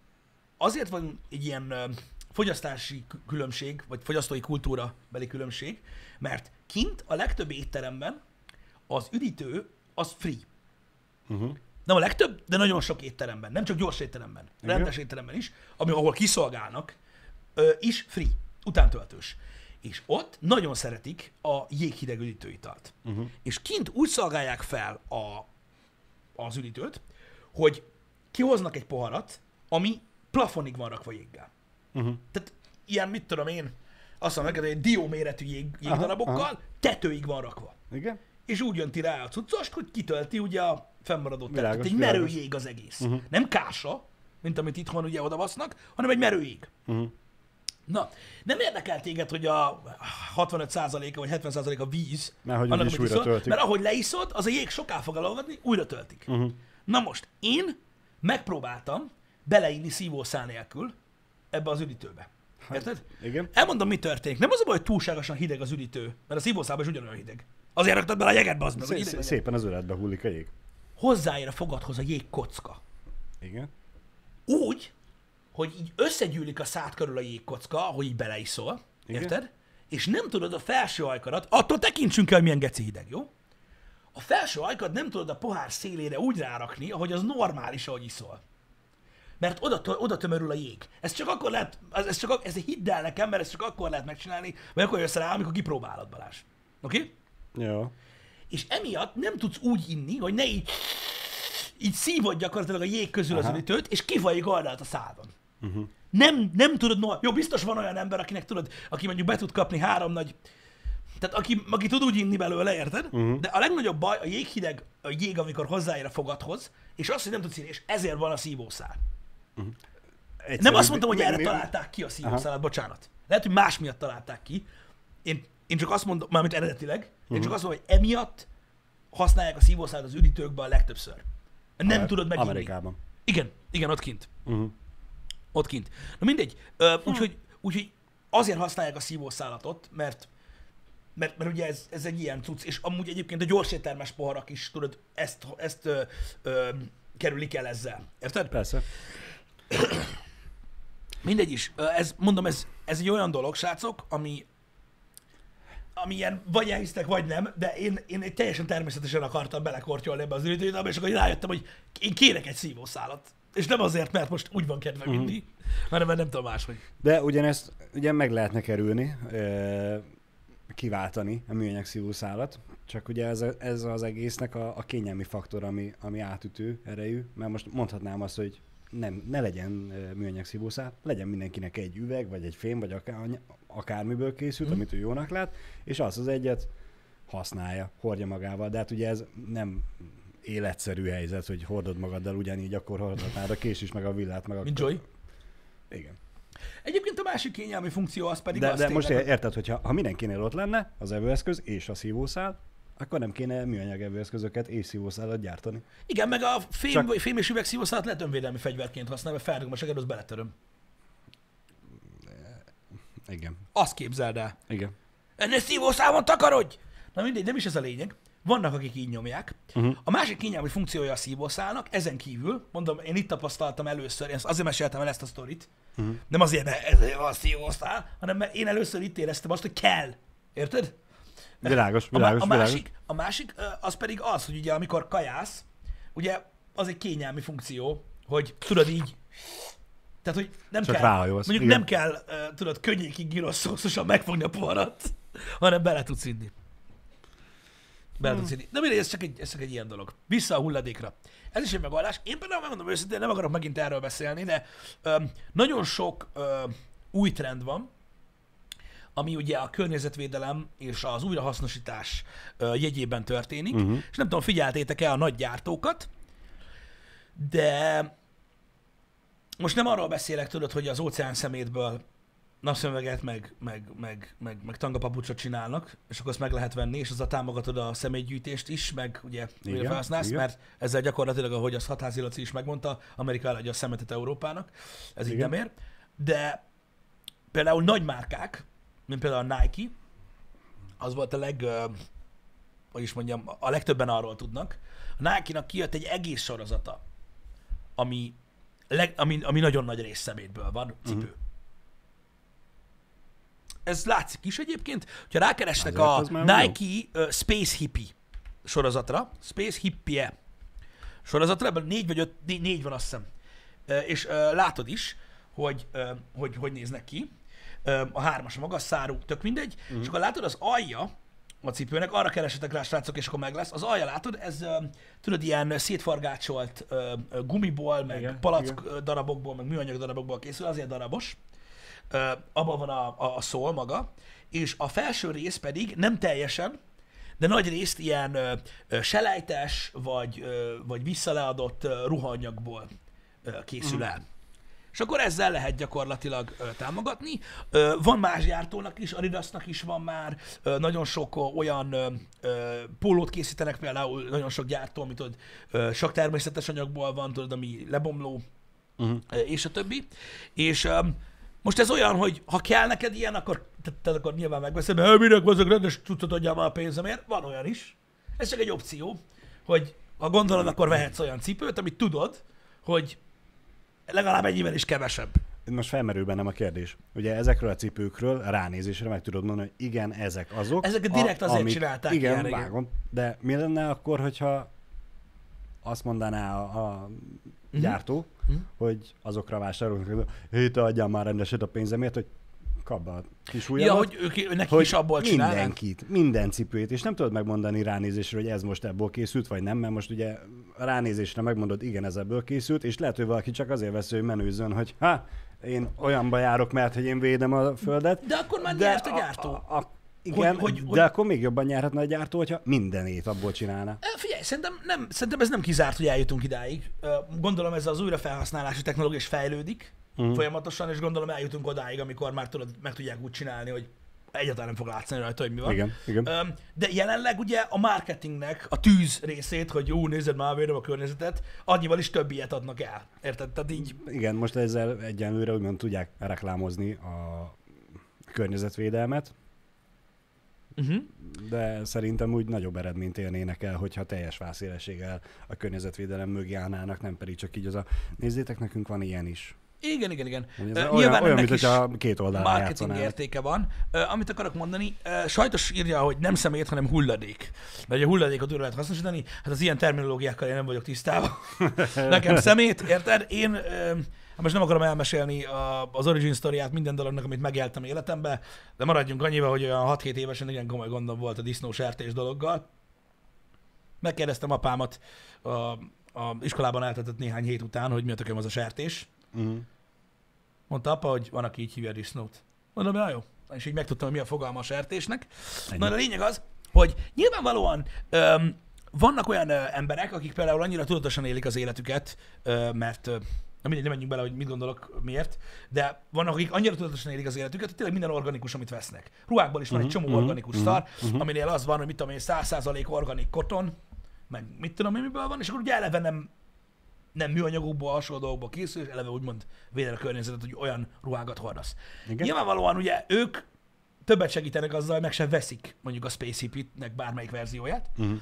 azért van egy ilyen ö, fogyasztási kü- különbség, vagy fogyasztói kultúra beli különbség, mert kint a legtöbb étteremben az üdítő az free. Uh-huh. Nem a legtöbb, de nagyon sok étteremben, nem csak gyors étteremben, Igen. rendes étteremben is, ami, ahol kiszolgálnak, ö, is free, utántöltős. És ott nagyon szeretik a jéghideg üdítőitalt. Uh-huh. És kint úgy szolgálják fel a, az üdítőt, hogy kihoznak egy poharat, ami plafonig van rakva jéggel. Uh-huh. Tehát ilyen, mit tudom én, azt mondom neked, egy dióméretű jég, jégdarabokkal aha. tetőig van rakva. Igen? És úgy jönti rá a cuccost, hogy kitölti ugye a fennmaradó teret. Világos, Tehát egy merő világos. jég az egész. Uh-huh. Nem kása, mint amit itthon ugye odavasznak, hanem egy merő jég. Uh-huh. Na, nem érdekel téged, hogy a hatvanöt százaléka vagy hetven százaléka víz, Mert hogy annak, úgyis amit újra iszol, töltik. mert ahogy leiszod, az a jég soká fog elolvadni, újra töltik. Uh-huh. Na most, én megpróbáltam beleinni szívószál nélkül ebbe az üdítőbe. Érted? Igen? Elmondom, mi történik. Nem az a baj, hogy túlságosan hideg az üdítő, mert a szívószálban is ugyanolyan hideg. Azért raktad bele a jeget, bazd meg, hogy Szé- hideg szé- legyen. szépen az öletbe hullik a jég. Hozzáér a fogadhoz a jégkocka. Igen? Úgy, hogy így összegyűlik a szád körül a jégkocka, ahogy így beleiszol, Igen. érted? És nem tudod a felső ajkadat, attól tekintsünk el, milyen geci hideg, jó? A felső ajkad nem tudod a pohár szélére úgy rárakni, ahogy az normális, ahogy iszol. Mert oda, oda tömörül a jég. Ez csak akkor lehet, ez, ez csak, ez hidd el nekem, mert ezt csak akkor lehet megcsinálni, vagy akkor jössz rá, amikor kipróbálod, Balázs. Oké? Okay? Jó. És emiatt nem tudsz úgy inni, hogy ne így, így szívod gyakorlatilag a jég közül az Aha. üdítőt, és kifaljik oldalt a szádon. Uh-huh. Nem, nem tudod, no, jó, biztos van olyan ember, akinek tudod, aki mondjuk be tud kapni három nagy, tehát aki, aki tud úgy inni belőle, érted? Uh-huh. De a legnagyobb baj a jéghideg, a jég, amikor hozzáér a fogadhoz, és azt, hogy nem tudsz inni, és ezért van a szívószál. Egyszerű, Nem azt mondtam, hogy mi- erre mi- találták ki a szívószálat, bocsánat. Lehet, hogy más miatt találták ki. Én, én csak azt mondom, mármint eredetileg, én Mhm. csak azt mondom, hogy emiatt használják a szívószálat az üdítőkben a legtöbbször. Nem Amer- tudod meginni. Amerikában. Igen, igen, ott kint. Uh-huh. Ott kint. Na mindegy. Ö, Úgyhogy úgy, azért használják a szívószálat ott, mert, mert, mert ugye ez, ez egy ilyen cucc, és amúgy egyébként a gyorséttermes poharak is, tudod, ezt, ezt ö, ö, kerülik el ezzel. Érted? Persze. Mindegy is. Ö, Ez, mondom, ez, ez egy olyan dolog, srácok, ami, ami ilyen, vagy elhisztek, vagy nem, de én, én egy teljesen természetesen akartam belekortyolni ebbe az üdítőitalba, és akkor rájöttem, hogy én kérek egy szívószálat. És nem azért, mert most úgy van kedvem Mhm. inni, hanem mert nem tudom máshogy. De ugyanezt ugye meg lehetne kerülni. Ö, kiváltani a műanyag szívószálat, csak ugye ez, ez az egésznek a, a kényelmi faktor, ami, ami átütő erejű, mert most mondhatnám azt, hogy nem, ne legyen műanyag szívószál, legyen mindenkinek egy üveg, vagy egy fém, vagy akár, akármiből készült, mm. amit ő jónak lát, és azt az egyet használja, hordja magával, de hát ugye ez nem életszerű helyzet, hogy hordod magaddal ugyanígy, akkor hordhatnád a kés is, meg a villát, meg a... Mint Joy? Igen. Egyébként a másik kényelmi funkció az pedig de, az de tényleg, most érted, hogyha ha mindenkinél ott lenne az evőeszköz és a szívószál, akkor nem kéne műanyag evőeszközöket és szívószálat gyártani. Igen, meg a fém, Csak... vagy fém és üvegszívószálat lehet önvédelmi fegyverként használni, mert feldugom a seged, az beletöröm. Igen. Azt képzeld el. Igen. Ennél szívószálon takarodj! Na mindegy, nem is ez a lényeg. Vannak, akik így nyomják. Uh-huh. A másik kényelmi funkciója a szívószálnak, ezen kívül, mondom, én itt tapasztaltam először, én azért meséltem el ezt a sztorit, uh-huh. nem azért, mert ez van a szívószál, hanem mert én először itt éreztem azt, hogy kell. Érted? Világos, világos, a, a, világos. másik, a másik az pedig az, hogy ugye amikor kajász, ugye az egy kényelmi funkció, hogy tudod így, tehát hogy nem Csak kell, ráhajolsz. mondjuk Igen. nem kell, uh, tudod, könnyékig gyroszszosan megfogni a poharat, hanem bele tudsz inni. Bele hmm. tudsz inni. De mindegy, ez csak, egy, ez csak egy ilyen dolog. Vissza a hulladékra. Ez is egy megoldás. Én például megmondom őszintén, nem akarok megint erről beszélni, de um, nagyon sok um, új trend van, ami ugye a környezetvédelem és az újrahasznosítás uh, jegyében történik, uh-huh. és nem tudom, figyeltétek-e a nagy gyártókat, de most nem arról beszélek, tudod, hogy az óceán szemétből napszemüveget, meg, meg, meg, meg, meg tangapapucsot csinálnak, és akkor azt meg lehet venni, és azzal támogatod a szemétgyűjtést is, meg ugye újra felhasználsz, igen. mert ezzel gyakorlatilag, ahogy az Hatházi Laci is megmondta, Amerika eladja a szemetet Európának, ez igen. így nem ér. De például nagy márkák, mint például a Nike, az volt a leg, uh, hogy is mondjam, a legtöbben arról tudnak. A Nike-nak kijött egy egész sorozata, ami, leg, ami, ami nagyon nagy rész szemétből van, cipő. Uh-huh. Ez látszik is egyébként, hogyha rákeresnek azért a Nike uh, Space Hippie sorozatra, Space Hippie sorozatra, ebből négy vagy öt, négy, négy van azt hiszem, uh, és uh, látod is, hogy, uh, hogy hogy néznek ki. A hármas a magas szárú, tök mindegy, uh-huh. és akkor látod az alja a cipőnek, arra keresetek rá, srácok, és akkor meg lesz. Az alja, látod, ez tudod, ilyen szétfargácsolt gumiból, meg igen, palack igen. darabokból, meg műanyag darabokból készül, azért darabos. Abban van a, a, a szól maga, és a felső rész pedig nem teljesen, de nagy részt ilyen ö, ö, selejtes, vagy, ö, vagy visszaleadott ö, ruhaanyagból ö, készül el. Uh-huh. És akkor ezzel lehet gyakorlatilag ö, támogatni. Ö, van más gyártónak is, Adidasnak is van már, ö, nagyon sok ö, olyan ö, ö, pólót készítenek például, nagyon sok gyártó, amit tudod, ö, sok természetes anyagból van, tudod, ami lebomló, uh-huh. ö, és a többi. És ö, most ez olyan, hogy ha kell neked ilyen, akkor, te, akkor nyilván megveszed, mert minek azok rendes cuccot adjál már a pénzemért. Van olyan is. Ez csak egy opció, hogy ha gondolod, akkor vehetsz olyan cipőt, amit tudod, hogy legalább ennyivel is kevesebb. Most felmerül bennem a kérdés. Ugye ezekről a cipőkről ránézésre meg tudod mondani, hogy igen, ezek azok. Ezeket direkt azért amit, csinálták. Igen, ilyen, vágom. De mi lenne akkor, hogyha azt mondaná a, a uh-huh. gyártó, uh-huh. hogy azokra vásárolunk, hogy te adjál már rendeset a pénzemért, hogy kapd a kis ujjamat. Ja, hogy ők, neki hogy is abból csinálnak. Mindenkit, minden cipőjét, és nem tudod megmondani ránézésre, hogy ez most ebből készült, vagy nem, mert most ugye ránézésre megmondod, igen, ez ebből készült, és lehet, hogy valaki csak azért veszi, hogy menőzzön, hogy ha, én olyanba járok, mert hogy én védem a földet. De akkor már nyert a gyártó. A, a, a, igen, hogy, hogy, de hogy... akkor még jobban nyerhetne a gyártó, hogyha mindenét abból csinálna. Figyelj, szerintem, nem, szerintem ez nem kizárt, hogy eljutunk idáig. Gondolom ez az újrafelhasználási technológia is fejlődik uh-huh. folyamatosan, és gondolom eljutunk odáig, amikor már tudod, meg tudják úgy csinálni, hogy egyáltalán nem fog látszani rajta, hogy mi van. Igen, igen. De jelenleg ugye a marketingnek a tűz részét, hogy jó, nézed már, védem a környezetet, annyival is több ilyet adnak el. Érted? Tehát így... Igen, most ezzel egyenlőre úgymond tudják reklámozni a környezetvédelmet, uh-huh. de szerintem úgy nagyobb eredményt érnének el, hogyha teljes vászélességgel a környezetvédelem mögé állnának, nem pedig csak így az a nézzétek, nekünk van ilyen is. Igen, igen, igen. Hogy ez Ö, olyan, Nyilván olyan ennek mint is hogyha két oldalán marketing játszanál. értéke van. Ö, Amit akarok mondani, ö, sajtos írja, hogy nem szemét, hanem hulladék. Mert a hulladékot újra lehet hasznosítani, hát az ilyen terminológiákkal én nem vagyok tisztában. Nekem szemét, érted? Én ö, most nem akarom elmesélni a, az origin sztoriát minden dolognak, amit megéltem életemben, de maradjunk annyiba, hogy olyan hat-hét évesen igen komoly gondom volt a disznósertés dologgal. Megkérdeztem apámat a, a iskolában eltöltött néhány hét után, hogy mi a tököm az a sertés. Uh-huh. Mondta apa, hogy van, aki így hívja a disznót. Mondom, ja, jó. És így megtudtam, hogy mi a fogalma a sertésnek. Ennyi. Na, a lényeg az, hogy nyilvánvalóan öm, vannak olyan ö, emberek, akik például annyira tudatosan élik az életüket, ö, mert ö, na mindegy, nem menjünk bele, hogy mit gondolok, miért, de vannak, akik annyira tudatosan élik az életüket, hogy tényleg minden organikus, amit vesznek. Ruhákból is van egy csomó Uh-huh, organikus uh-huh, szar, uh-huh. aminél az van, hogy mit tudom én, száz százalék organik koton, meg mit tudom én, miből van, és akkor ugye eleve nem, nem műanyagokból, hasonló dolgokból készül, és eleve úgymond védel a környezetet, hogy olyan ruhákat hordasz. Igen. Nyilvánvalóan ugye ők többet segítenek azzal, hogy meg sem veszik mondjuk a Space Hippie-nek bármelyik verzióját, Uh-huh.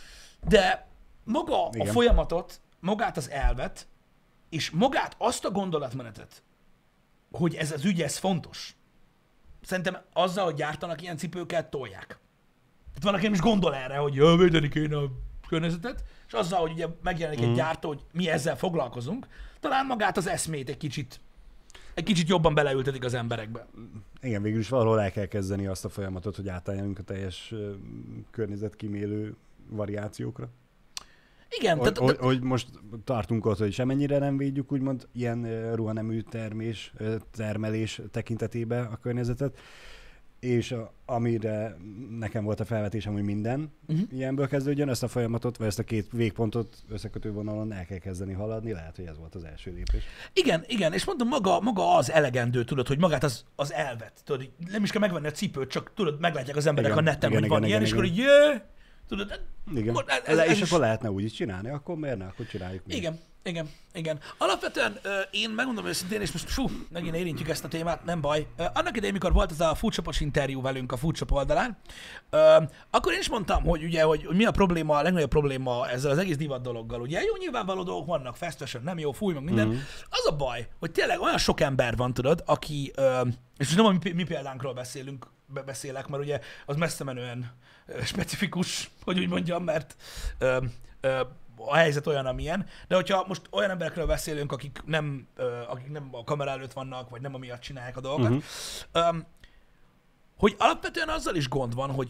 de maga Igen. a folyamatot, magát az elvet, és magát azt a gondolatmenetet, hogy ez az ügy, ez fontos, szerintem azzal, hogy gyártanak ilyen cipőket, tolják. Tehát van, aki nem is gondol erre, hogy jö, védeni kéne a környezetet, és azzal, hogy ugye megjelenik Mhm. egy gyártó, hogy mi ezzel foglalkozunk, talán magát az eszmét egy kicsit, egy kicsit jobban beleültetik az emberekbe. Igen, végül is valahol el kell kezdeni azt a folyamatot, hogy átálljunk a teljes ö, környezetkímélő variációkra. Igen, Hogy, tehát, hogy, hogy most tartunk ott, hogy semennyire nem védjük úgymond ilyen ö, ruhanemű termés, ö, termelés tekintetében a környezetet, és a, amire nekem volt a felvetésem, hogy minden Mhm. ilyenből kezdődjön, ezt a folyamatot, vagy ezt a két végpontot összekötő vonalon el kell kezdeni haladni, lehet, hogy ez volt az első lépés. igen, igen, és mondom, maga, maga az elegendő, tudod, hogy magát az, az elvet, tudod, így nem is kell megvenni a cipőt, csak tudod, meglátják az emberek Igen, a neten, igen, hogy van igen, ilyen, igen, és akkor így igen. jö, tudod, Igen. Most ez- Ez, ez és is- akkor lehetne úgy is csinálni, akkor miért ne? Akkor csináljuk mi. igen, igen, igen. Alapvetően ö, én megmondom őszintén, és most fú, megint érintjük ezt a témát, nem baj. Ö, annak idején, mikor volt ez a Foodshopos interjú velünk a Foodshop oldalán, ö, akkor én is mondtam, hogy ugye, hogy, hogy mi a probléma, a legnagyobb probléma ezzel az egész divat dologgal. Ugye jó, nyilvánvaló dolgok vannak, fast fashion, nem jó, fúj, meg minden. Mhm. Az a baj, hogy tényleg olyan sok ember van, tudod, aki, ö, és most nem a mi, mi példánkról beszélünk, be- beszélek, mert ugye az messze menően ö, specifikus, hogy úgy mondjam, mert ö, ö, a helyzet olyan, amilyen, de hogyha most olyan emberekről beszélünk, akik nem, ö, akik nem a kamera előtt vannak, vagy nem amiatt csinálják a dolgokat, Mhm. öm, hogy alapvetően azzal is gond van, hogy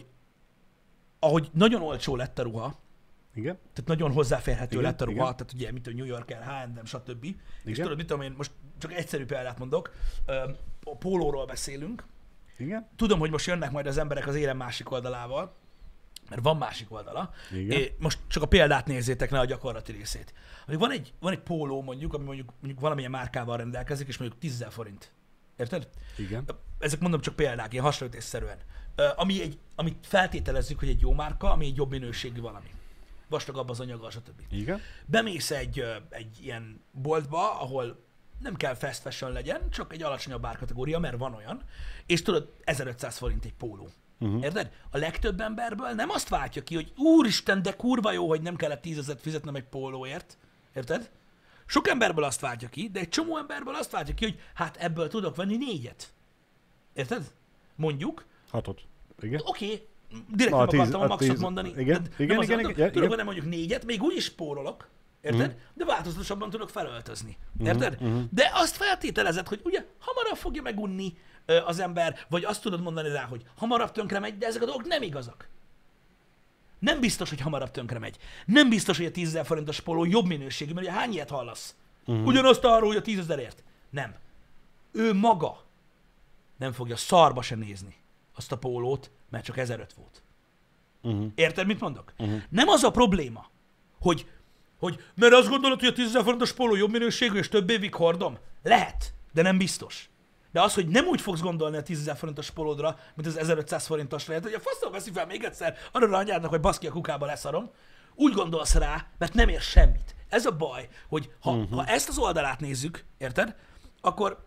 ahogy nagyon olcsó lett a ruha, Igen? tehát nagyon hozzáférhető Igen, lett a ruha, igen. tehát ugye, mint a New Yorker, há és em, stb. És Igen. tudod, mit tudom én, most csak egyszerű példát mondok, öm, a pólóról beszélünk, Igen? tudom, hogy most jönnek majd az emberek az érem másik oldalával, mert van másik oldala. Igen. É, most csak a példát nézzétek, ne a gyakorlati részét. Hogy van egy, van egy póló mondjuk, ami mondjuk, mondjuk valamilyen márkával rendelkezik, és mondjuk tízezer forint. Érted? Igen. Ezek mondom csak példák, ilyen hasonlítésszerűen. Ö, Ami egy, amit feltételezzük, hogy egy jó márka, ami egy jobb minőségű valami. Vastagabb az anyaga, stb. Igen? Bemész egy, ö, egy ilyen boltba, ahol nem kell fast fashion legyen, csak egy alacsonyabb árkategória, mert van olyan, és tudod, ezerötszáz forint egy póló. Uh-huh. Érted? A legtöbb emberből nem azt váltja ki, hogy úristen, de kurva jó, hogy nem kellett tízezret fizetnem egy pólóért. Érted? Sok emberből azt váltja ki, de egy csomó emberből azt váltja ki, hogy hát ebből tudok venni négyet. Érted? Mondjuk. Hatot. Igen? Oké, okay, direkt Na, a nem tíz- akartam a a maxot tíz- mondani. igen, Tehát igen, nem azt igen, mondom, igen, tudok igen. venni mondjuk négyet, még úgy is spórolok. Érted? Mhm. De változatosabban tudok felöltözni. Érted? mhm. De azt feltételezed, hogy ugye hamarabb fogja megunni ö, az ember, vagy azt tudod mondani rá, hogy hamarabb tönkre megy, de ezek a dolgok nem igazak. Nem biztos, hogy hamarabb tönkre megy. Nem biztos, hogy a tízezer forintos póló jobb minőségű, mert ugye hány ilyet hallasz? Mhm. Ugyanazt arról, hogy a tízezerért. Nem. Ő maga nem fogja szarba se nézni azt a pólót, mert csak ezeröt volt. Uh-huh. Érted, mit mondok? Uh-huh. Nem az a probléma, hogy, hogy mert azt gondolod, hogy a tízezer forintos póló jobb minőségű, és több évig hordom? Lehet, de nem biztos. De az, hogy nem úgy fogsz gondolni a tízezer forintos pólódra, mint az ezerötszáz forintosra, lehet, hogy a faszom veszi fel még egyszer, arra anyádnak, hogy baszki a kukába leszarom, úgy gondolsz rá, mert nem ér semmit. Ez a baj, hogy ha, uh-huh. ha ezt az oldalát nézzük, érted, akkor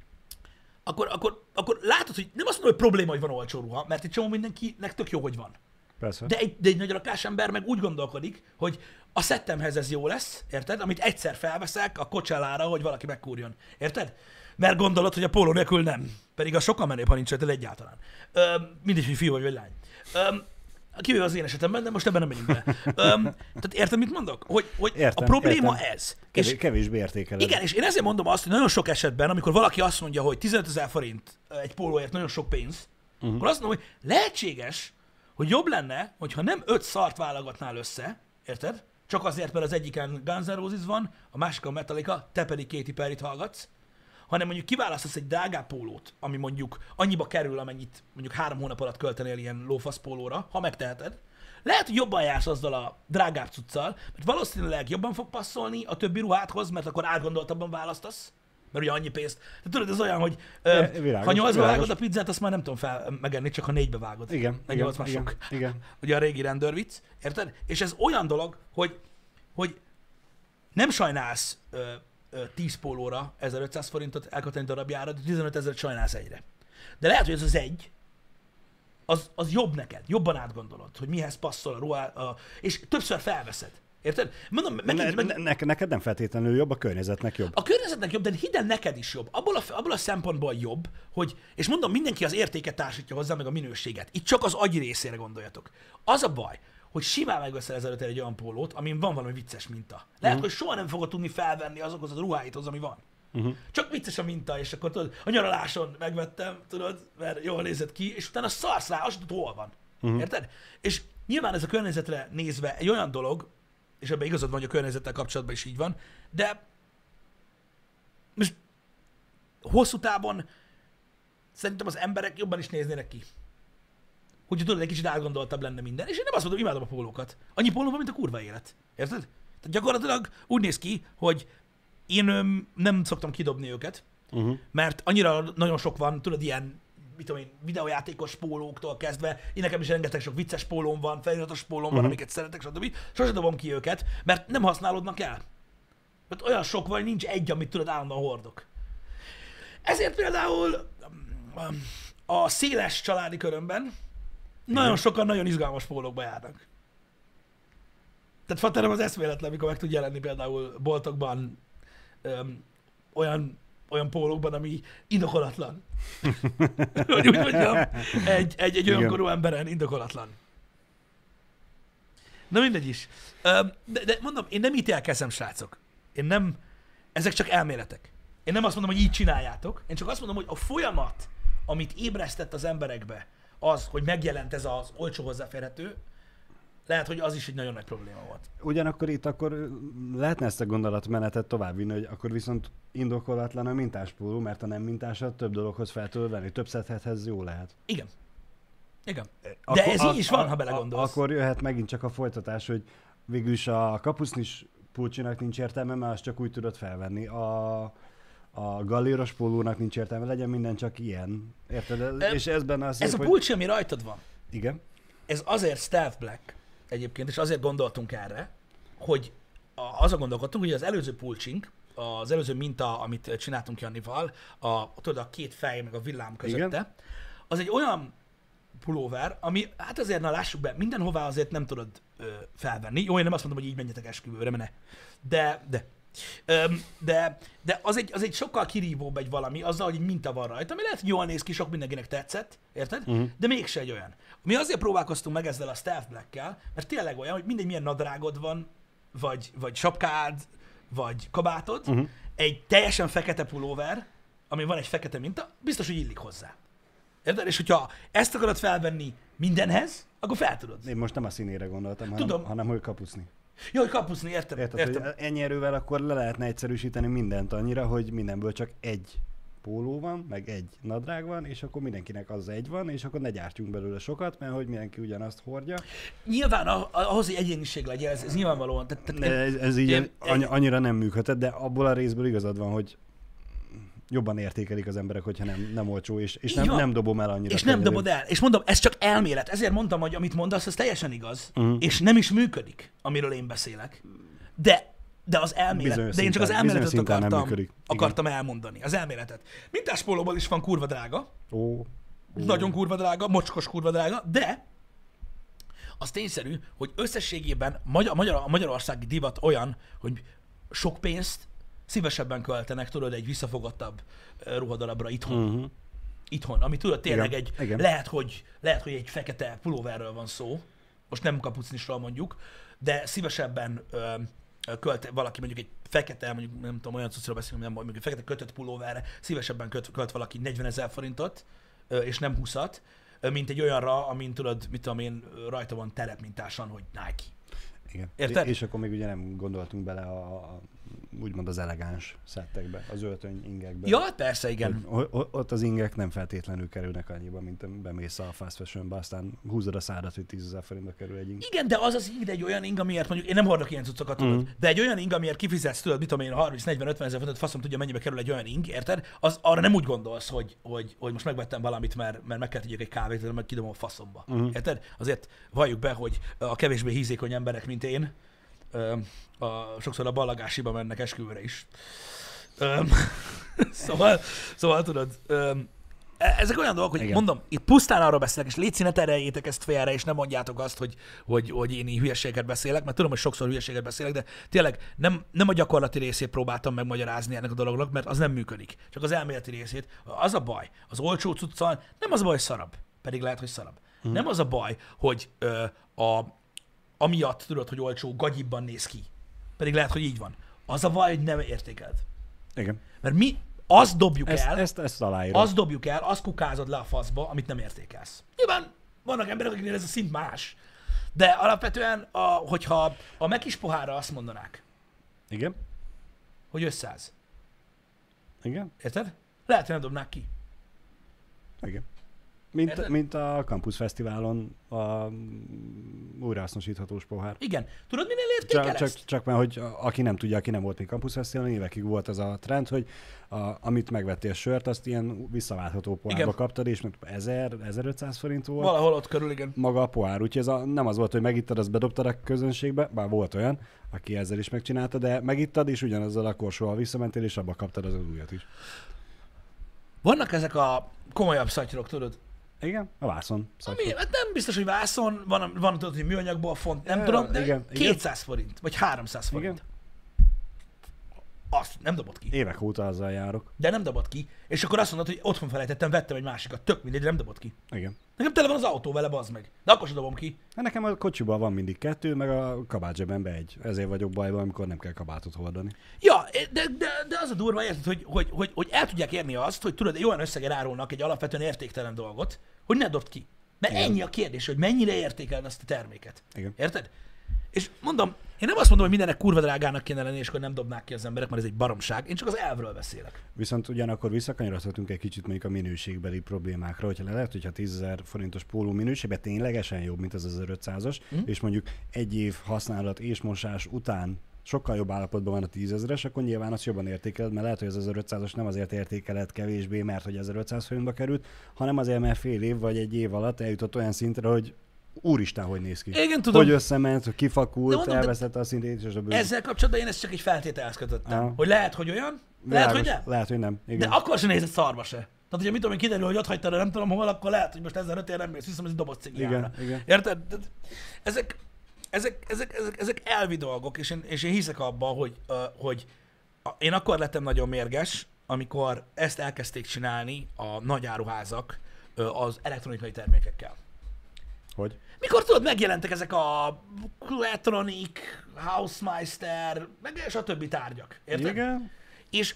akkor, akkor, akkor látod, hogy nem azt mondom, hogy probléma, hogy van olcsó ruha, mert egy csomó mindenkinek tök jó, hogy van. Persze. De egy, de egy nagy rakás ember meg úgy gondolkodik, hogy a szettemhez ez jó lesz, érted? Amit egyszer felveszek a Coachellára, hogy valaki megkúrjon. Érted? Mert gondolod, hogy a póló nélkül nem. Pedig a sokkal menőbb, ha nincs rajtad egyáltalán. Ö, mindegy, hogy fiú vagy, vagy lány. Ö, kivéve az én esetemben, de most ebben nem megyünk bele. Ö, tehát érted, mit mondok? Hogy, hogy értem, a probléma értem. ez. Kevés, És, kevésbé értékeled. igen, és én ezért mondom azt, hogy nagyon sok esetben, amikor valaki azt mondja, hogy tizenötezer forint egy pólóért nagyon sok pénz, uh-huh. akkor azt mondom, hogy lehetséges, hogy jobb lenne, hogyha nem öt szart válogatnál össze, érted? Csak azért, mert az egyiken Guns N' Roses van, a másikon Metallica, te pedig Katy Perryt hallgatsz, hanem mondjuk kiválasztasz egy drágább pólót, ami mondjuk annyiba kerül, amennyit mondjuk három hónap alatt költenél ilyen lófasz pólóra, ha megteheted. Lehet, hogy jobban jársz azzal a drágább cuccal, mert valószínűleg jobban fog passzolni a többi ruhádhoz, mert akkor átgondoltabban választasz, mert ugye annyi pénzt. De tudod, ez olyan, hogy ö, világos, ha nyolcba világos. vágod a pizzát, azt már nem tudom fel megenni, csak ha négybe vágod. Igen, Meg igen, nyolc már igen, sok. igen. Ugye a régi rendőrvicc, érted? És ez olyan dolog, hogy, hogy nem sajnálsz ö, ö, tíz pólóra ezerötszáz forintot elkölteni darabjára, de tizenötezret sajnálsz egyre. De lehet, hogy ez az egy, az, az jobb neked, jobban átgondolod, hogy mihez passzol a ruhá, a, és többször felveszed. Érted? Mondom, megint, Ne, megint, ne, ne, neked nem feltétlenül jobb, a környezetnek jobb. a környezetnek jobb, de hidd el, neked is jobb. Abból a, abból a szempontból jobb, hogy, és mondom, mindenki az értéket társítja hozzá, meg a minőséget. Itt csak az agy részére gondoljatok. Az a baj, hogy simán megveszel ezelőtt egy olyan pólót, amin van valami vicces minta. Lehet, uh-huh. hogy soha nem fogod tudni felvenni azokhoz a ruháithoz, ami van. Uh-huh. Csak vicces a minta, és akkor tudod, a nyaraláson megvettem, tudod, mert jól nézett ki, és utána szarsz rá, azt tudod, hol van. Uh-huh. Érted? És nyilván ez a környezetre nézve egy olyan dolog, és ebben igazad van, hogy a környezettel kapcsolatban is így van, de most hosszú távon szerintem az emberek jobban is néznének ki. Hogyha tudod, egy kicsit átgondoltabb lenne minden. És én nem azt mondom, imádom a pólókat. Annyi póló van, mint a kurva élet. Érted? Tehát gyakorlatilag úgy néz ki, hogy én öm, nem szoktam kidobni őket, uh-huh. mert annyira nagyon sok van, tudod, ilyen mit tudom én, videójátékos pólóktól kezdve, én nekem is rengeteg sok vicces pólóm van, feliratos pólóm van, uh-huh. amiket szeretek, stb. Sosem dobom ki őket, mert nem használódnak el. Mert olyan sok van, nincs egy, amit tudod állandóan hordok. Ezért például a széles családi körömben igen. nagyon sokan nagyon izgalmas pólókba járnak. Tehát Faterem az eszméletlen, amikor meg tud jelenni például boltokban öm, olyan olyan pólókban, ami indokolatlan. Hogy úgy mondjam, egy, egy, egy olyan korú emberen indokolatlan. Na mindegy is. De, de mondom, én nem ítélkezem, srácok. Én nem, ezek csak elméletek. Én nem azt mondom, hogy így csináljátok, én csak azt mondom, hogy a folyamat, amit ébresztett az emberekbe, az, hogy megjelent ez az olcsó hozzáférhető, lehet, hogy az is egy nagyon nagy probléma volt. Ugyanakkor itt akkor lehetne ezt a gondolatmenetet továbbvinni, hogy akkor viszont indokolatlan a mintás póló, mert a nem mintásat több dologhoz fel tudod venni, több szedhethez jó lehet. Igen. Igen. De akkor, ez így is van, a, ha belegondolsz. Akkor jöhet megint csak a folytatás, hogy végülis a kapusznis pulcsinak nincs értelme, mert azt csak úgy tudod felvenni. A, a galléros pólónak nincs értelme, legyen minden csak ilyen. Érted? E, és ez benne az Ez épp, a pulcsi, ami rajtad van. Igen. Ez azért stealth black egyébként, és azért gondoltunk erre, hogy az a gondolkodtunk, hogy az előző pulcsink, az előző minta, amit csináltunk Jannival, a, tudod, a két fej meg a villám közötte, igen. az egy olyan pulóver, ami, hát azért, na lássuk be, mindenhová azért nem tudod ö, felvenni. Jó, én nem azt mondom, hogy így menjetek esküvőre, mene. De, de, öm, de, de az, egy, az egy sokkal kirívóbb egy valami, azzal, hogy egy minta van rajta, ami lehet, hogy jól néz ki, sok mindenkinek tetszett, érted? Uh-huh. De mégse egy olyan. Mi azért próbálkoztunk meg ezzel a Stealth Black-kel, mert tényleg olyan, hogy mindegy milyen nadrágod van, vagy, vagy sapkád, vagy kabátod, uh-huh. egy teljesen fekete pulóver, ami van egy fekete minta, biztos, hogy illik hozzá. Érted? És hogyha ezt akarod felvenni mindenhez, akkor fel tudod. Én most nem a színére gondoltam, Tudom. hanem, hanem hogy kapuszni. Jó, hogy kapuszni, értem. Érted, értem. hogy ennyi erővel akkor le lehetne egyszerűsíteni mindent annyira, hogy mindenből csak egy póló van, meg egy nadrág van, és akkor mindenkinek az egy van, és akkor ne gyártjunk belőle sokat, mert hogy mindenki ugyanazt hordja. Nyilván ahhoz, hogy egyéniség legyen, ez, ez nyilvánvalóan. Tehát, tehát ez, ez így én, annyi, annyira nem működhet, de abból a részből igazad van, hogy jobban értékelik az emberek, hogyha nem, nem olcsó, és, és nem, nem dobom el annyira. És nem dobod el. És mondom, ez csak elmélet. Ezért mondtam, hogy amit mondasz, ez teljesen igaz. Uh-huh. És nem is működik, amiről én beszélek. De, de az elmélet. Bizonyos de én csak az szinten, elméletet akartam, működik. akartam elmondani. Az elméletet. Mintás pólóból is van kurva drága. Ó. Ó. Nagyon kurva drága, mocskos kurva drága, de az tényszerű, hogy összességében Magyar, Magyar, a magyarországi divat olyan, hogy sok pénzt szívesebben költenek, tudod, egy visszafogottabb ö, ruhadalabra itthon. Uh-huh. Itthon, ami tudod, tényleg Igen, egy, igen. lehet hogy, lehet, hogy egy fekete pulóverről van szó, most nem kapucnisról mondjuk, de szívesebben ö, ö, költ valaki mondjuk egy fekete, mondjuk nem tudom, olyan cuccról beszélünk, nem mondjuk egy fekete kötött pulóverre, szívesebben köt, költ valaki negyvenezer forintot, ö, és nem húszat, ö, mint egy olyanra, amin tudod, mit tudom én, rajta van terepmintásan, hogy Nike. Igen. Érted? És akkor még ugye nem gondoltunk bele a, a úgymond az elegáns szettekbe, az öltöny ingekbe. Ja, persze, igen. Hogy, o- ott az ingek nem feltétlenül kerülnek annyiba, mint bemész a fast fashionba, aztán húzod a szádat, hogy tízezer forintba kerül egy ing. Igen, de az az ing, de egy olyan ing, amiért mondjuk, én nem hordok ilyen cuccokat, tudod, Mm. de egy olyan ing, amiért kifizetsz, tudod, mit tudom én, harminc, negyven, ötven ezer forintot, faszom tudja, mennyibe kerül egy olyan ing, érted? Az arra nem úgy gondolsz, hogy, hogy, hogy most megvettem valamit, mert, mert meg kell tegyek egy kávét, de meg kidobom a faszomba. Mm. Érted? Azért valljuk be, hogy a kevésbé hízékony emberek, mint én, ö, a, sokszor a ballagásiba mennek esküvőre is. Ö, szóval, szóval tudod, ö, ezek olyan dolgok, hogy Igen. mondom, itt pusztán arról beszélek, és légy színe, tereljétek ezt félre, és nem mondjátok azt, hogy, hogy, hogy én így hülyeséget beszélek, mert tudom, hogy sokszor hülyeséget beszélek, de tényleg nem, nem a gyakorlati részét próbáltam megmagyarázni ennek a dolognak, mert az nem működik. Csak az elméleti részét. Az a baj, az olcsó cuccal nem az a baj, hogy szarabb, pedig lehet, hogy szarabb. Hmm. Nem az a baj, hogy ö, a, amiatt tudod, hogy olcsó, gagyibban néz ki. Pedig lehet, hogy így van. Az a baj, hogy nem értékeled. Igen. Mert mi azt dobjuk Ezt, el, ezt, ezt aláírom. azt dobjuk el, azt kukázod le a faszba, amit nem értékelsz. Nyilván vannak emberek, akiknél ez a szint más. De alapvetően, a, hogyha a megkis pohárra azt mondanák, Igen. hogy ötszáz. Igen. Érted? Lehet, hogy nem dobnák ki. Igen. Mint, Érted? mint a Campus Fesztiválon a újrahasznosíthatós pohár. Igen. Tudod, minél értékel Csak, csak, ezt? csak mert, hogy aki nem tudja, aki nem volt még Campus Fesztiválon, évekig volt ez a trend, hogy a, amit megvettél sört, azt ilyen visszaváltható pohárba Igen. kaptad, és mert ezer, ezerötszáz forint volt. Valahol ott körül, igen. Maga a pohár, úgyhogy ez a, nem az volt, hogy megittad, azt bedobtad a közönségbe, bár volt olyan, aki ezzel is megcsinálta, de megittad, és ugyanazzal a korsóval visszamentél, és abba kaptad az újat is. Vannak ezek a komolyabb szatyrok, tudod? Igen, a vászon. Ami, hát nem biztos, hogy vászon, van, van tudod, hogy műanyagból font, nem Ja, tudom, de igen, igen. kétszáz forint, vagy háromszáz forint. Igen. Azt nem dobott ki. Évek óta azzal járok. De nem dobott ki. És akkor azt mondod, hogy otthon felejtettem, vettem egy másikat. Tök mindegy, nem dobott ki. Igen. Nekem tele van az autó vele, bazd meg. De akkor sem dobom ki. Hát nekem a kocsiban van mindig kettő, meg a kabátzsebemben egy. Ezért vagyok bajban, amikor nem kell kabátot hordani. Ja, de, de, de az a durva, érted, hogy, hogy, hogy, hogy el tudják érni azt, hogy tudod, egy olyan összegen árulnak egy alapvetően értéktelen dolgot, hogy ne dobd ki. Mert Igen. ennyi a kérdés, hogy mennyire értékeled azt a terméket. Igen. Érted? És mondom, én nem azt mondom, hogy mindennek kurva drágának kéne lenni, és akkor nem dobnák ki az emberek, mert ez egy baromság. Én csak az elvről beszélek. Viszont ugyanakkor visszakanyarodhatunk egy kicsit mondjuk a minőségbeli problémákra, hogyha lehet, hogyha tízezer forintos póló minőségben ténylegesen jobb, mint az ezerötszázas, Mhm. és mondjuk egy év használat és mosás után sokkal jobb állapotban van a tízezeres, akkor nyilván azt jobban értékeled, mert lehet, hogy az ezerötszázas nem azért értékeled kevésbé, mert hogy ezerötszáz forintba került, hanem azért, mert fél év vagy egy év alatt eljutott olyan szintre, hogy úristen, hogy néz ki. Igen, tudom. Hogy összement, hogy kifakult, De mondom, de elveszette a szintét, és a bőr. Ezzel kapcsolatban én ezt csak egy feltételhez kötöttem. Aha. Hogy lehet, hogy olyan, lehet, hogy nem. Lehet, hogy nem. De Igen. akkor sem nézed szarba se. Tehát, hogyha mit tudom én, kiderül, hogy ott hagytad, nem tudom hol, akkor lehet, hogy most ezeröt ér nem mész, hiszem, ez egy doboz cigiára. Igen, igen. Érted? De ezek, ezek, ezek, ezek, ezek elvi dolgok, és én, és én hiszek abban, hogy, uh, hogy a- én akkor lettem nagyon mérges, amikor ezt elkezdték csinálni a nagy áruházak uh, az elektronikai termékekkel. Hogy? Mikor tudod, megjelentek ezek a Electronic, Hausmeister, meg és a többi tárgyak. Érted? Igen. És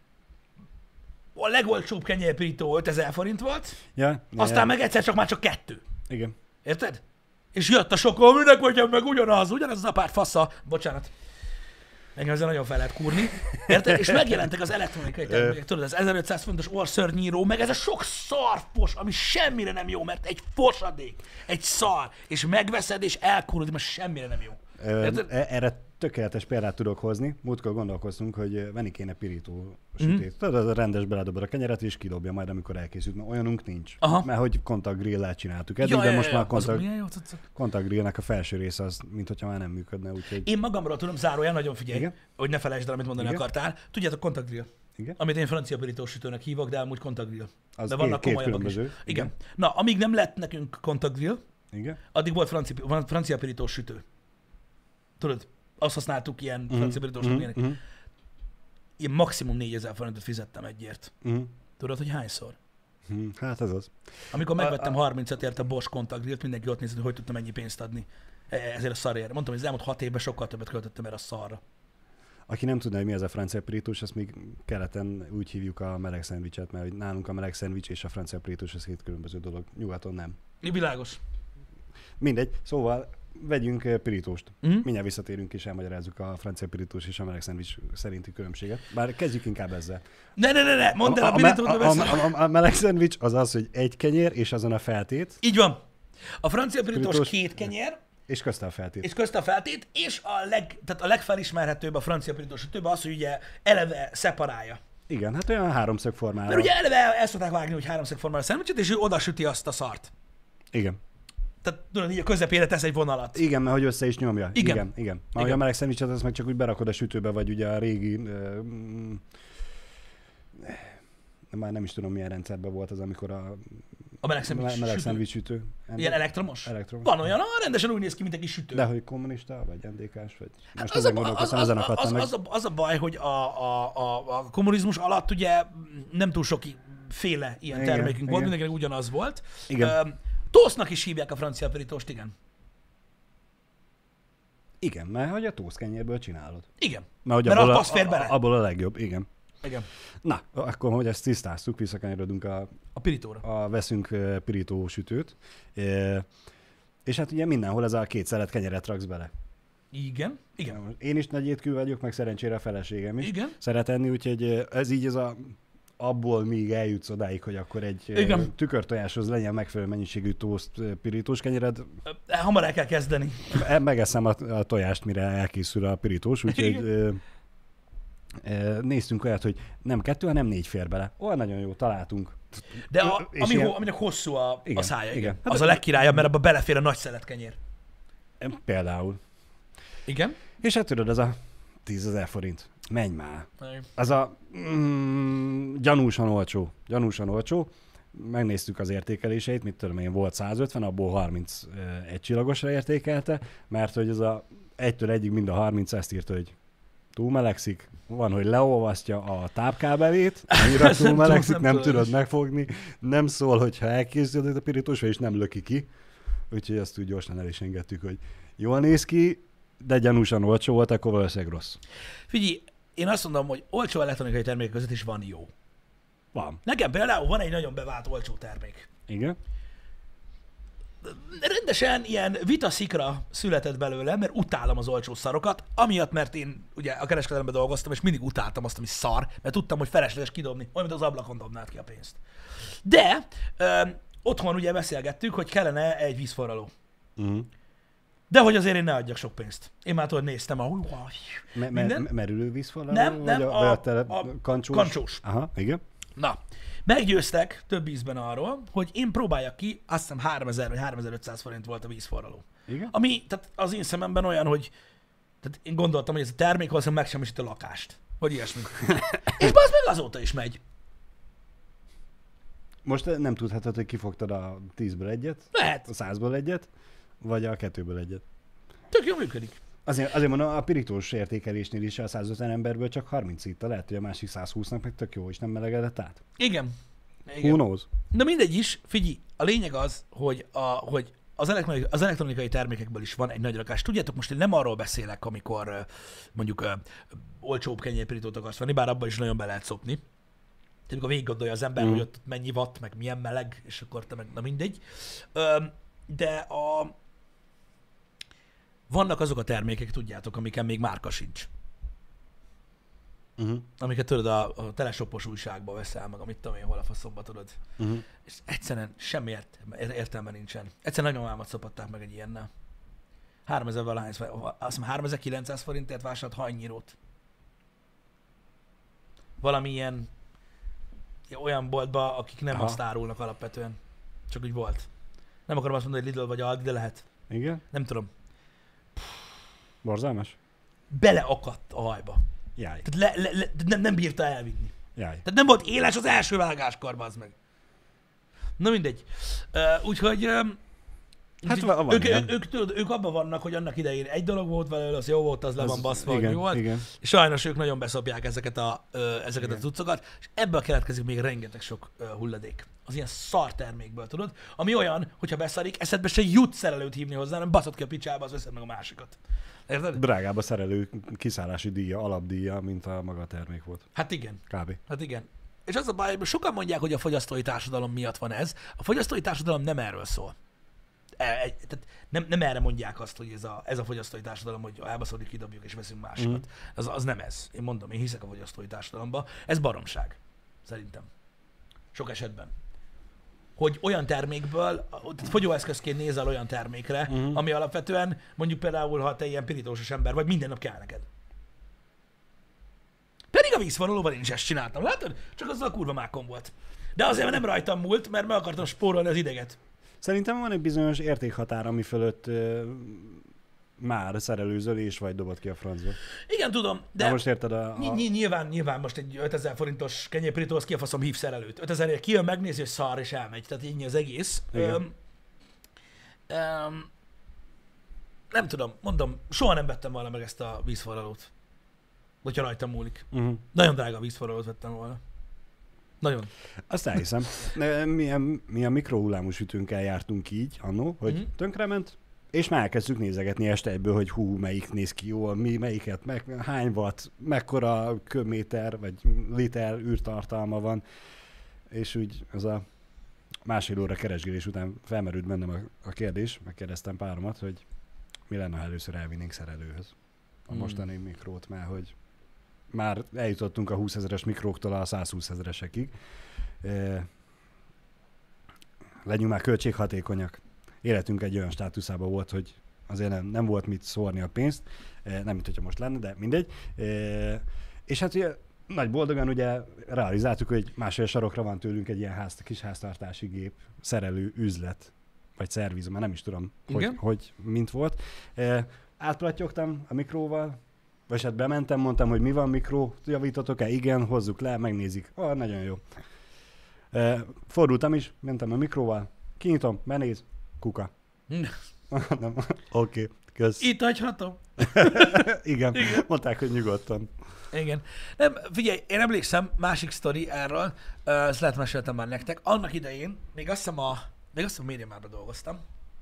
a legolcsóbb kenyérpirító ötezer forint volt, Ja, aztán ja, meg egyszer csak már csak kettő. Igen. Érted? És jött a sokkal, minek vagyok meg ugyanaz, ugyanaz az apárt fasza. Bocsánat. Engem ezzel nagyon fel lehet kúrni. Érted? És megjelentek az elektronikai termékek, tudod, az ezerötszáz forintos orszörnyíró, meg ez a sok szarfos, ami semmire nem jó, mert egy fosadék, egy szar, és megveszed, és elkúrod, mert semmire nem jó. Ö, Érted? e- erre tökéletes példát tudok hozni. Múltkor gondolkoztunk, hogy venni kéne pirító sütét. Mm-hmm. Tudod, az a rendes beledobod a kenyeret, és kidobja majd, amikor elkészült. Mert olyanunk nincs. Aha. Mert hogy kontaktgrill-lel csináltuk eddig, Ja, de ja, most ja, már azok kontakt, milyen jó cuccok. kontaktgrillnek a felső része az, mint hogyha már nem működne. Úgyhogy... Én magamról tudom, zárójel, nagyon figyelj, Igen? hogy ne felejtsd el, amit mondani Igen? akartál. Tudjátok, kontaktgrill. Igen? Amit én francia pirítós sütőnek hívok, de amúgy kontaktgrill. Az De két- vannak két komolyabbak is. különböző. Igen. Igen. Na, amíg nem lett nekünk kontaktgrill, Igen? Addig volt francia, van francia pirítós sütő. Tudod, azt használtuk ilyen Uh-huh. francia pirítósnak Uh-huh. ilyenek. Uh-huh. Én maximum négyezer forintot fizettem egyért. Uh-huh. Tudod, hogy hányszor? Uh-huh. Hát ez az. Amikor megvettem A- a- harmincért a Bosch Contact Grillt, mindenki ott nézett, hogy hogy tudtam ennyi pénzt adni e- ezért a szarért. Mondtam, hogy az elmúlt hat évben sokkal többet költöttem erre a szarra. Aki nem tudná, hogy mi ez a francia pirítós, azt még keleten úgy hívjuk a meleg szendvicset, mert hogy nálunk a meleg szendvics és a francia pirítós az két különböző dolog. Nyugaton nem. Világos. Mindegy. Szóval vegyünk eh, pirítóst. Mm? Mindjárt visszatérünk és elmagyarázzuk a francia pirítós és a meleg szendvics szerinti különbséget. Bár kezdjük inkább ezzel. Ne, ne, ne, ne, mondd el a, a, pirítót, a, a, a, a meleg szendvics az az, hogy egy kenyér és azon a feltét, Így van. A francia pirítós Pirítós- két kenyér, és közte a feltét. és közt a feltét, és a, leg, tehát a legfelismerhetőbb a francia pirítós több az, hogy ugye eleve szeparálja. Igen, hát olyan háromszög formára. Mert ugye eleve el szokták vágni, hogy háromszög formára a szendvicset, és ő oda süti azt a szart. Igen. Tehát tudod, így a közepére tesz egy vonalat. Igen, mert hogy össze is nyomja. Igen. Igen, igen. Már Igen. a meleg szendvicset, azt meg csak úgy berakod a sütőbe, vagy ugye a régi... Uh, mm, már nem is tudom, milyen rendszerben volt az, amikor a A meleg szendvics meleg sütő. szendvics sütő. Ilyen elektromos? Elektromos. Van olyan, ah, rendesen úgy néz ki, mint egy kis sütő. De hogy kommunista, vagy en dé ká-s, vagy... Most Az a, ezen az, gondolkoztam, az, ezen az, akadtam az, meg. az, a, az a baj, hogy a, a, a, a kommunizmus alatt ugye nem túl sok i- féle ilyen Igen, termékünk volt, igen. mindenkinek ugyanaz volt. Igen. Öm, Toastnak is hívják a francia pirítóst, igen. Igen, mert hogy a tószkenyérből csinálod. Igen. Mert, hogy Mert abból, az a, az fér bele. a, abból a legjobb, igen. Igen. Na, akkor, hogy ezt tisztáztuk, visszakanyarodunk a, A pirítóra. a veszünk uh, pirító sütőt. E, és hát ugye mindenhol ez a két szelet kenyeret raksz bele. Igen. Igen. Én is nagy étkű vagyok, meg szerencsére a feleségem is. Igen. Szeret enni, úgyhogy eh, ez így ez a abból még eljutsz odáig, hogy akkor egy eh, Igen. tükörtojáshoz legyen megfelelő mennyiségű tószt eh, pirítós kenyered. Ö, Hamar el kell kezdeni. E- Megeszem a, a tojást, mire elkészül a pirítós, úgyhogy Igen. ö, ö, néztünk olyat, hogy nem kettő, hanem négy fér bele. Olyan nagyon jó, találtunk. De a, És ami, ilyen- ho, aminek hosszú a, a Igen, szája, igen. igen. igen. Hát Az de- a legkirályabb, mert abba belefér a nagy szelet kenyér. Például. Igen. És hát tudod, ez a tízezer forint. Menj már. Ez a mm, gyanúsan olcsó. Gyanúsan olcsó. Megnéztük az értékeléseit, mit tudom én, volt százötven, abból harminc eh, egy csillagosra értékelte, mert hogy ez a egytől egyig mind a harminc ezt írta, hogy túlmelegszik, van, hogy leolvasztja a tápkábelét, annyira Ezt nem túlmelegszik, tudom, nem, nem tudod tudom. megfogni, nem szól, hogyha elkészült a pirítós, és nem löki ki. Úgyhogy ezt úgy gyorsan el is engedtük, hogy jól néz ki, de gyanúsan olcsó volt, akkor valószínűleg rossz. Figyelj, én azt mondom, hogy olcsó elektronikai termékek között is van jó. Van. Nekem például van egy nagyon bevált olcsó termék. Igen? Rendesen ilyen vitaszikra született belőle, mert utálom az olcsó szarokat, amiatt, mert én ugye a kereskedelemben dolgoztam, és mindig utáltam azt, ami szar, mert tudtam, hogy felesleges kidobni, olyan, mint az ablakon dobnád ki a pénzt. De ö, otthon ugye beszélgettük, hogy kellene egy vízforraló. Uh-huh. De hogy azért én ne adjak sok pénzt. Én már tudod, néztem a... Me- Minden? me- merülő vízforraló? Nem, nem, vagy a, a- vagy a, tele, a kancsós? kancsós. Aha, igen. Na, meggyőztek több ízben arról, hogy én próbáljak ki, azt hiszem háromezer vagy háromezer-ötszáz forint volt a vízforraló. Igen? Ami tehát az én szememben olyan, hogy tehát én gondoltam, hogy ez a termék valószínűleg megsemmisít a lakást. Vagy ilyesmi. És az meg azóta is megy. Most nem tudhatod, hogy kifogtad a tízből egyet, Lehet. a százból egyet, vagy a kettőből egyet. Tök jól működik. Azért, azért mondom, a pirítós értékelésnél is a százötven emberből csak harminc itta, lehet, hogy a másik százhúsznak meg tök jó, és nem melegedett át. Igen. Who Igen. knows? De mindegy is, figyelj, a lényeg az, hogy, a, hogy az, elektronikai, az elektronikai termékekből is van egy nagy rakás. Tudjátok, most én nem arról beszélek, amikor ö, mondjuk ö, olcsóbb kenyérpirítót akarsz venni, bár abban is nagyon be lehet szopni. Tehát amikor végig gondolja az ember, Mm. mm. hogy ott mennyi watt, meg milyen meleg, és akkor te meg, na mindegy. Ö, de a... vannak azok a termékek, tudjátok, amiken még márka sincs. Uh-huh. Amiket tudod, a, a teleshopos újságba veszel meg, amit tudom én, hol a faszomba tudod. Uh-huh. És egyszerűen semmi értelme, értelme nincsen. Egyszerűen nagymamámat szopatták meg egy ilyennel. háromezer valahány, azt hiszem háromezer-kilencszáz forintért vásárolt hajnyírót. Valami ilyen olyan boltba, akik nem Aha. azt árulnak alapvetően. Csak úgy volt. Nem akarom azt mondani, hogy Lidl vagy Aldi, de lehet. Igen? Nem tudom. Borzalmas? Beleakadt a hajba. Jaj. Tehát le, le, le, nem, nem bírta elvinni. Jaj. Tehát nem volt éles az első vágáskor, az meg. Na mindegy. Uh, úgyhogy... Um, Hát Úgyhogy van, van ők, ilyen. ők, ők, tudod, ők abban vannak, hogy annak idején egy dolog volt vele, az jó volt, az le van baszva, hogy igen, mi volt. igen. És sajnos ők nagyon beszopják ezeket a, ö, ezeket Igen. a cuccokat, és ebből keletkezik még rengeteg sok ö, hulladék. Az ilyen szar termékből, tudod? Ami olyan, hogyha beszarik, eszedbe se jut szerelőt hívni hozzá, hanem baszod ki a picsába, az veszed meg a másikat. Érted? Drágább a szerelő kiszállási díja, alapdíja, mint a maga termék volt. Hát igen. Kb. Hát igen. És az a baj, hogy sokan mondják, hogy a fogyasztói társadalom miatt van ez. A fogyasztói társadalom nem erről szól. E, egy, tehát nem, nem erre mondják azt, hogy ez a, ez a fogyasztói társadalom, hogy elbaszodik, kidobjuk és veszünk másikat. Mm. Az, az nem ez. Én mondom, én hiszek a fogyasztói társadalomba. Ez baromság. Szerintem. Sok esetben. Hogy olyan termékből, tehát fogyóeszközként nézel olyan termékre, mm. ami alapvetően, mondjuk például, ha te ilyen pirítósos ember vagy, minden nap kell neked. Pedig a vízforralóban én is ezt csináltam, látod? Csak azzal a kurva mákon volt. De azért nem rajtam múlt, mert meg akartam spórolni az ideget. Szerintem van egy bizonyos értékhatár, ami fölött ö, már szerelőzölés vagy dobott ki a francba. Igen, tudom, de De most érted a... ny- a... ny- nyilván, nyilván most egy ötezer forintos kenyérpirítóhoz ki a faszom hív szerelőt. ötezerért kijön, megnézi, hogy szar és elmegy. Tehát így az egész. Igen. Öm, öm, nem tudom, mondom, soha nem vettem volna meg ezt a vízforralót. Hogyha rajtam múlik. Uh-huh. Nagyon drága vízforralót vettem volna. Nagyon. Azt elhiszem. De Mi a, mi a mikrohullámú sütőnkkel jártunk így annó, hogy Mhm. uh-huh. tönkrement, és már elkezdtük nézegetni este egyből, hogy hú, melyik néz ki jól, mi, melyiket, meg, hány watt, mekkora köbméter, vagy liter űrtartalma van. És úgy az a másfél óra keresgélés után felmerült bennem a, a kérdés, megkérdeztem páromat, hogy mi lenne, ha először elvinnénk szerelőhöz a Hmm. mostani mikrót, mert hogy már eljutottunk a húszezeres mikróktól a százhúszezeresekig. E, legyünk már költséghatékonyak. Életünk egy olyan státuszában volt, hogy azért nem, nem volt mit szórni a pénzt, e, nem mint hogyha most lenne, de mindegy. E, és hát ugye nagy boldogan ugye realizáltuk, hogy másfél sarokra van tőlünk egy ilyen ház, kis háztartási gép, szerelő üzlet, vagy szerviz, már nem is tudom, hogy, Igen. hogy mint volt. E, átplattyogtam a mikróval, vagy hát bementem, mondtam, hogy mi van, mikró, javítotok-e? Igen, hozzuk le, megnézik. Ah, nagyon jó. E, fordultam is, mentem a mikróval, kinyitom, benéz, kuka. Oké, okay, kösz. Itt hagyhatom? Igen, Igen. mondták, hogy nyugodtan. Igen. Nem, figyelj, én emlékszem, másik sztori erről, ö, ezt lehet meséltem már nektek. Annak idején, még azt hiszem a, még azt hiszem a MediaMarktban dolgoztam,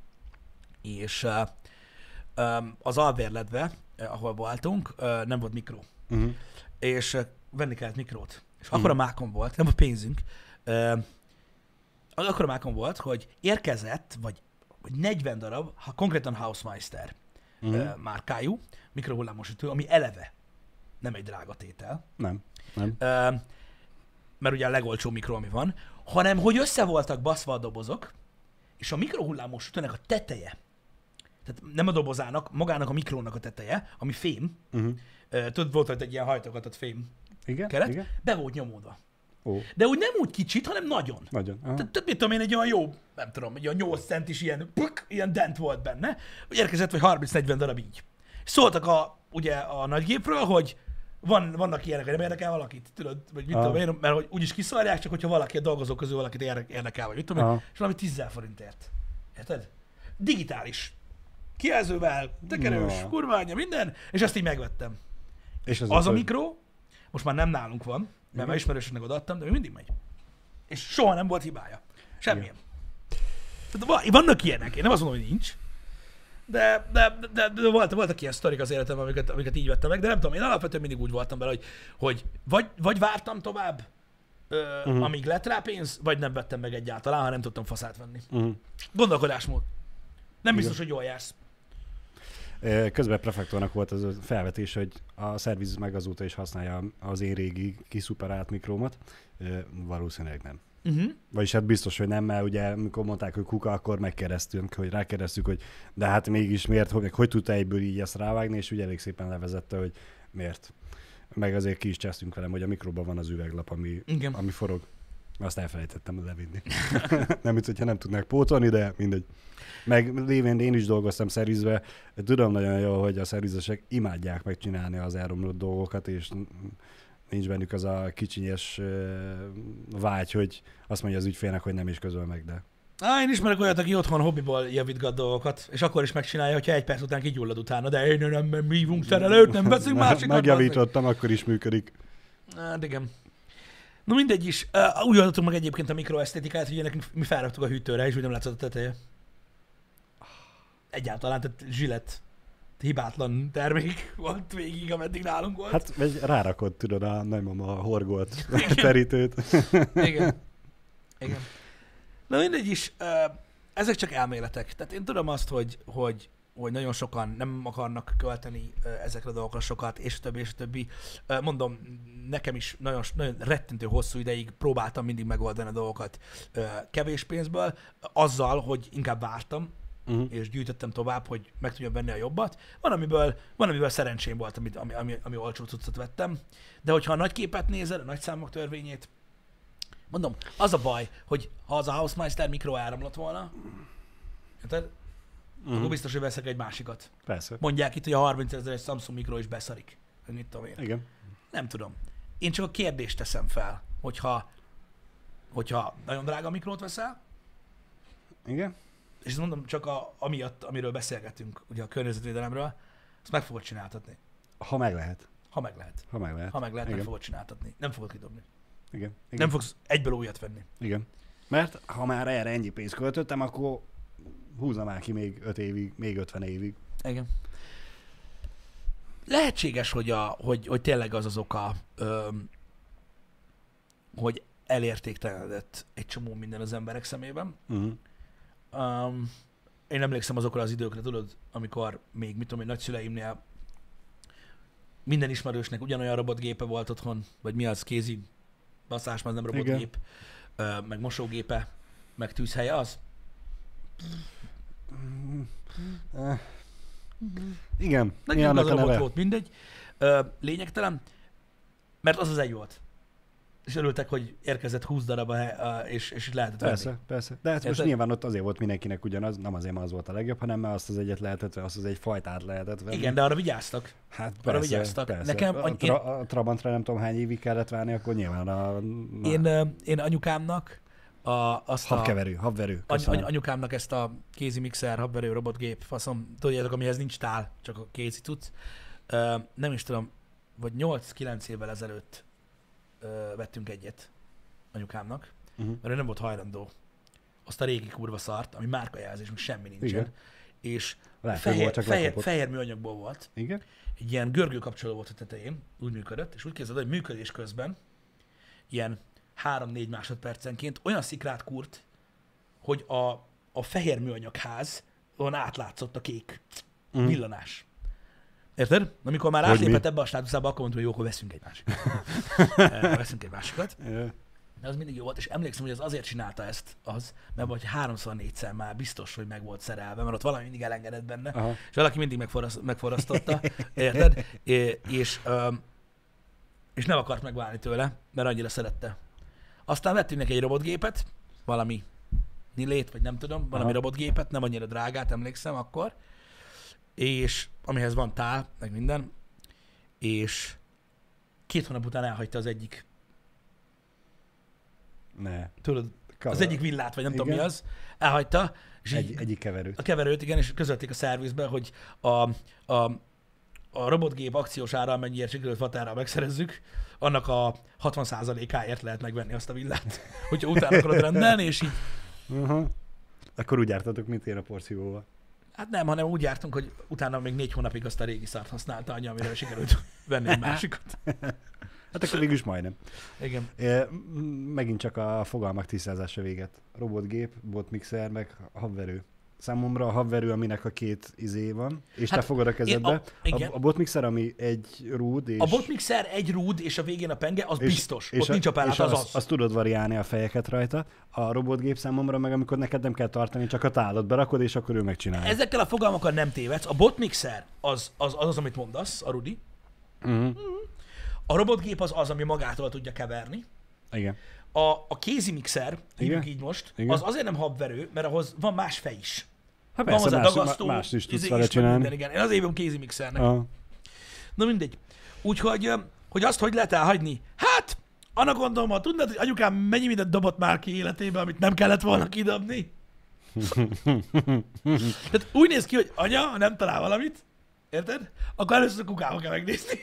és uh, um, az alvérletbe, uh, ahol voltunk, uh, nem volt mikró. Uh-huh. És uh, venni kellett mikrót. És Mhm. akkor a mákon volt, nem a pénzünk, uh, akkor a mákon volt, hogy érkezett, vagy, vagy negyven darab, ha konkrétan Hausmeister Uh-huh. uh, márkájú mikrohullámosütő, ami eleve nem egy drága tétel, Nem, nem. uh, mert ugye a legolcsó mikro, ami van, hanem hogy össze voltak baszva a dobozok, és a mikrohullámos sütőnek a teteje, tehát nem a dobozának, magának a mikrónak a teteje, ami fém, Uh-huh. uh, tudod, volt ott egy ilyen hajtogatott fém Igen? keret, Igen? be volt nyomódva. Ó, De úgy nem úgy kicsit, hanem nagyon. nagyon. Aha. Tehát több, mit tudom én, egy olyan jó, nem tudom, egy olyan nyolc centis ilyen, puk, ilyen dent volt benne, hogy érkezett, vagy harminc-negyven darab így. Szóltak a, ugye a nagygépről, hogy van, vannak ilyenek, hogy nem érdekel valakit, tudod, vagy mit Aha. tudom én, mert hogy úgyis kiszarják, csak hogyha valaki a dolgozók közül valakit érde- érdekel, vagy mit tudom én, Aha. és valami tízezer forintért. Érted? Digitális. Kijelzővel, tekerős, Ja. kurványa, minden, és azt így megvettem. És Az, az, az a hogy- mikro, most már nem nálunk van, mert már ismerősöknek odaadtam, de még mindig megy. És soha nem volt hibája. Semmilyen. Tehát va- vannak ilyenek, én nem azt mondom, hogy nincs, de, de, de, de voltak, voltak ilyen sztorik az életemben, amiket, amiket így vettem meg, de nem tudom, én alapvetően mindig úgy voltam vele, hogy, hogy vagy, vagy vártam tovább, ö, uh-huh. amíg lett rá pénz, vagy nem vettem meg egyáltalán, ha nem tudtam faszát venni. Uh-huh. Gondolkodásmód. Nem biztos, Igen. hogy jól jársz. Ö, Közben prefektornak volt az a felvetés, hogy a szerviz meg azóta is használja az én régi kiszuperált mikrómat. Ö, Valószínűleg nem. Uh-huh. Vagyis hát biztos, hogy nem, mert ugye amikor mondták, hogy kuka, akkor megkérdeztünk, hogy rákérdeztük, hogy de hát mégis miért, hogy, hogy tudta egyből így ezt rávágni, és ugye elég szépen levezette, hogy miért. Meg azért ki is csesztünk velem, hogy a mikróban van az üveglap, ami, Igen. ami forog. Azt elfelejtettem levinni. Nem, mint hogyha nem tudnák pótolni, de mindegy. Meg lévén én is dolgoztam szervizbe, tudom nagyon jól, hogy a szervizesek imádják megcsinálni az elromlott dolgokat, és nincs bennük az a kicsinyes ö, vágy, hogy azt mondja az ügyfélnek, hogy nem is közöl meg, de Á, én ismerek olyat, aki otthon hobbiból javítgat dolgokat, és akkor is megcsinálja, hogyha egy perc után kigyullad utána, de én nem, nem hívunk szerelőt, nem veszünk másikat. Megjavítottam, akkor is működik. Hát igen. No mindegy is. Uh, úgy oldottunk meg egyébként a mikroesztétikát, hogy nekünk mi felraktuk a hűtőre, és úgy nem látszott a teteje. Egyáltalán, tehát Gillette hibátlan termék volt végig, ameddig nálunk volt. Hát vagy rárakod, tudod, a nagymama horgolt terítőt. Igen. Igen. Na mindegy is, ezek csak elméletek. Tehát én tudom azt, hogy, hogy, hogy nagyon sokan nem akarnak költeni ezekre a dolgokra sokat, és többi, és többi. Mondom, nekem is nagyon, nagyon rettentő hosszú ideig próbáltam mindig megoldani a dolgokat kevés pénzből, azzal, hogy inkább vártam, uh-huh. és gyűjtöttem tovább, hogy meg tudjam venni a jobbat. Van, amiből, van, amiből szerencsém volt, ami, ami, ami, ami olcsó cuccot vettem, de hogyha a nagy képet nézel, a nagy számok törvényét, mondom, az a baj, hogy ha az a Hausmeister mikro áramlott volna, érted? Uh-huh. Akkor biztos, hogy veszek egy másikat. Persze. Mondják itt, hogy a harmincezeres Samsung mikro is beszarik. Mit tudom én. Igen. Nem tudom. Én csak a kérdést teszem fel, hogyha, hogyha nagyon drága mikrót veszel, igen. és ezt mondom csak a, amiatt, amiről beszélgetünk, ugye a környezetvédelemről, azt meg fogod csináltatni. Ha meg lehet. Ha meg lehet. Ha meg lehet. Ha meg lehet, igen. meg fogod csináltatni. Nem fogod kidobni. Igen. Igen. Nem fogsz egyből újat venni. Igen. Mert ha már erre ennyi pénzt költöttem, akkor húzza már ki még öt évig, még ötven évig. Igen. Lehetséges, hogy, a, hogy, hogy tényleg az az oka, öm, hogy elértéktelenedett egy csomó minden az emberek szemében. Uh-huh. Um, én emlékszem azokra az időkre, tudod, amikor még, mit tudom én, nagyszüleimnél minden ismerősnek ugyanolyan robotgépe volt otthon, vagy mi az, kézi basszás, már nem robotgép, ö, meg mosógépe, meg tűzhelye az. Uh, igen. Nekünk az a robot volt, mindegy. Ö, lényegtelen, mert az az egy volt. És örültek, hogy érkezett húsz darab, a, a, és, és lehetett persze, venni. Persze, persze. De hát most nyilván ott azért volt mindenkinek ugyanaz, nem azért, mert az volt a legjobb, hanem mert azt az egyet lehetett, azt az egy fajtát lehetett venni. Igen, de arra vigyáztak. Hát arra persze, vigyáztak. persze. Nekem, a, tra- a Trabantra nem tudom hány évig kellett várni, akkor nyilván a... Na. Én, én anyukámnak a, azt a... Habkeverő, habverő. Any, any, anyukámnak ezt a kézi mixer, habverő, robotgép, faszom, tudjátok, amihez nincs tál, csak a kézi tudsz. Uh, nem is tudom, vagy nyolc-kilenc évvel ezelőtt uh, vettünk egyet anyukámnak, uh-huh. mert ő nem volt hajlandó azt a régi kurva szart, ami márkajelzés, még semmi nincsen. Igen. És Lehet, fehér, csak fehér, fehér műanyagból volt. Igen. Egy ilyen görgő kapcsoló volt a tetején, úgy működött, és úgy képzeld, hogy működés közben ilyen három-négy másodpercenként olyan szikrát kúrt, hogy a, a fehér műanyagház olyan átlátszott a kék uh-huh. villanás. Érted? Amikor már hogy átlépett mi? ebbe a státuszába, akkor mondta, hogy jó, akkor veszünk egy másikat. veszünk egy másikat. De az mindig jó volt, és emlékszem, hogy az azért csinálta ezt az, mert vagy háromszor, négyszer már biztos, hogy meg volt szerelve, mert ott valami mindig elengedett benne, aha. és valaki mindig megforaszt, megforrasztotta, érted? É, és, öm, és nem akart megválni tőle, mert annyira szerette. Aztán vettünk neki egy robotgépet, valami Nilét, vagy nem tudom, valami aha. robotgépet, nem annyira drágát, emlékszem akkor, és amihez van tál, meg minden, és két hónap után elhagyta az egyik. Ne. Tudod, Kavar. az egyik villát, vagy nem igen. tudom mi az, elhagyta. És Egy, egyik keverőt. A keverőt, igen, és közölték a szervizben, hogy a, a, a robotgép akciós ára, amennyiért sikerült vatárral megszerezzük, annak a hatvan százalékáért lehet megvenni azt a villát, hogyha utána akarod rendelni, és így. Uh-huh. Akkor úgy jártatok, mint én a porszívóval. Hát nem, hanem úgy jártunk, hogy utána még négy hónapig azt a régi szart használta anya, amire sikerült venni egy másikat. Hát akkor végül is majdnem. Igen. É, megint csak a fogalmak tisztázása véget. Robotgép, botmixer, meg habverő. Számomra a habverő, aminek a két izé van, és hát te fogod a kezedbe. A, a, a botmixer, ami egy rúd, és... A botmixer egy rúd, és a végén a penge, az és, biztos. És ott a, nincs a pellát, az az. Azt tudod variálni a fejeket rajta. A robotgép számomra meg, amikor neked nem kell tartani, csak a tálat berakod, és akkor ő megcsinálja. Ezekkel a fogalmakkal nem tévedsz. A botmixer az az, az, az amit mondasz, a rudi. Uh-huh. Uh-huh. A robotgép az az, ami magától tudja keverni. Igen. A, a kézi mixer, hívjuk így most, igen. az azért nem habverő, mert ahhoz van más fej is. Hát persze, van más, dagasztó, más is tudsz izé vele csinálni. Minden, igen. Én azért hívom kézi mixernek. Aha. Na mindegy. Úgyhogy, hogy azt hogy lehet elhagyni? Hát, annak gondolom, ha tudnád, hogy anyukám mennyi mindent dobott már ki életébe, amit nem kellett volna kidobni. Tehát úgy néz ki, hogy anya, ha nem talál valamit, érted? Akkor először a kukába kell megnézni.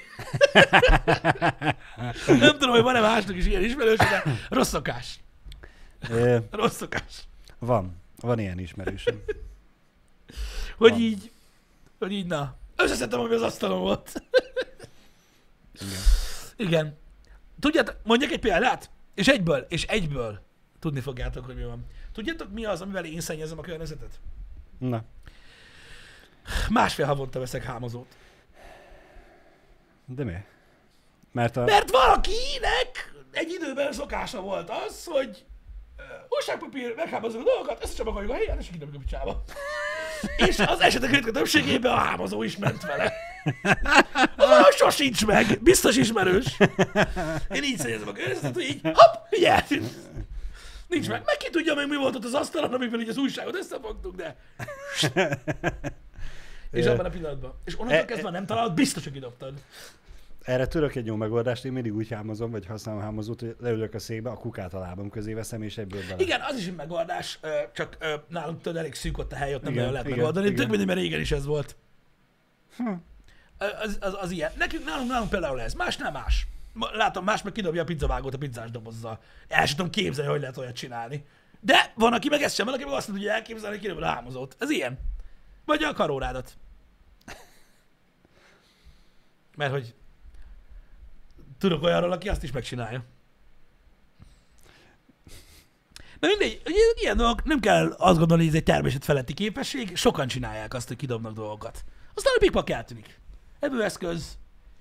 Nem tudom, hogy van-e másnak is ilyen ismerős, de rossz szokás. É, Rossz szokás. van. Van ilyen ismerősöm. Hogy Van. így, hogy így, na, összeszedtem, ami az asztalon volt. Igen. Igen. Tudjátok, mondjak egy példát? És egyből, és egyből tudni fogjátok, hogy mi van. Tudjátok, mi az, amivel én szennyezem a környezetet? Na, Másfél havonta veszek hámozót. de mi? Mert a... Mert valakinek egy időben szokása volt az, hogy uh, újságpapír, meghámozunk dolgokat, összecsomagoljuk a helyen, és kidobjuk a picsába. És az esetek ritka többségében a hámozó is ment vele. Ah, sosincs meg, biztos ismerős. Én így szennyezem a környezetet, hogy így, hopp, ugye, nincs meg. Meg ki tudja még, mi volt ott az asztalon, amivel így az újságot összefogtuk, de... És abban a pillanatban. És onnantól kezdve nem találod, biztos, hogy kidobtad. Erre tudok egy jó megoldást, én mindig úgy hámozom, vagy használom hámozót, hogy leülök a székbe, a kukát a lábam közé veszem, és egyből bele. Igen, az is egy megoldás, ö, csak ö, nálunk tudod, elég szűk ott a hely, ott nem Igen, nagyon lehet igen, megoldani. igen. Tök mindegy, mert régen is ez volt. Hm. Ö, Az, az, az ilyen. Nekünk, nálunk, nálunk például ez. Más nem más. Ma- Látom, más meg kidobja a pizzavágót a pizzás dobozzal. El sem tudom képzelni, hogy lehet olyat csinálni. De van, aki meg ezt sem, van, aki meg azt tudja elképzelni, hogy kidobja a hámozót. Ez ilyen. Vagy a karórádat. Mert hogy tudok olyanról, aki azt is megcsinálja. Na mindegy, ugye ilyen dolgok, nem kell azt gondolni, hogy ez egy természet feletti képesség, sokan csinálják azt, hogy kidobnak dolgokat. Aztán a pikpak eltűnik. Evőeszköz,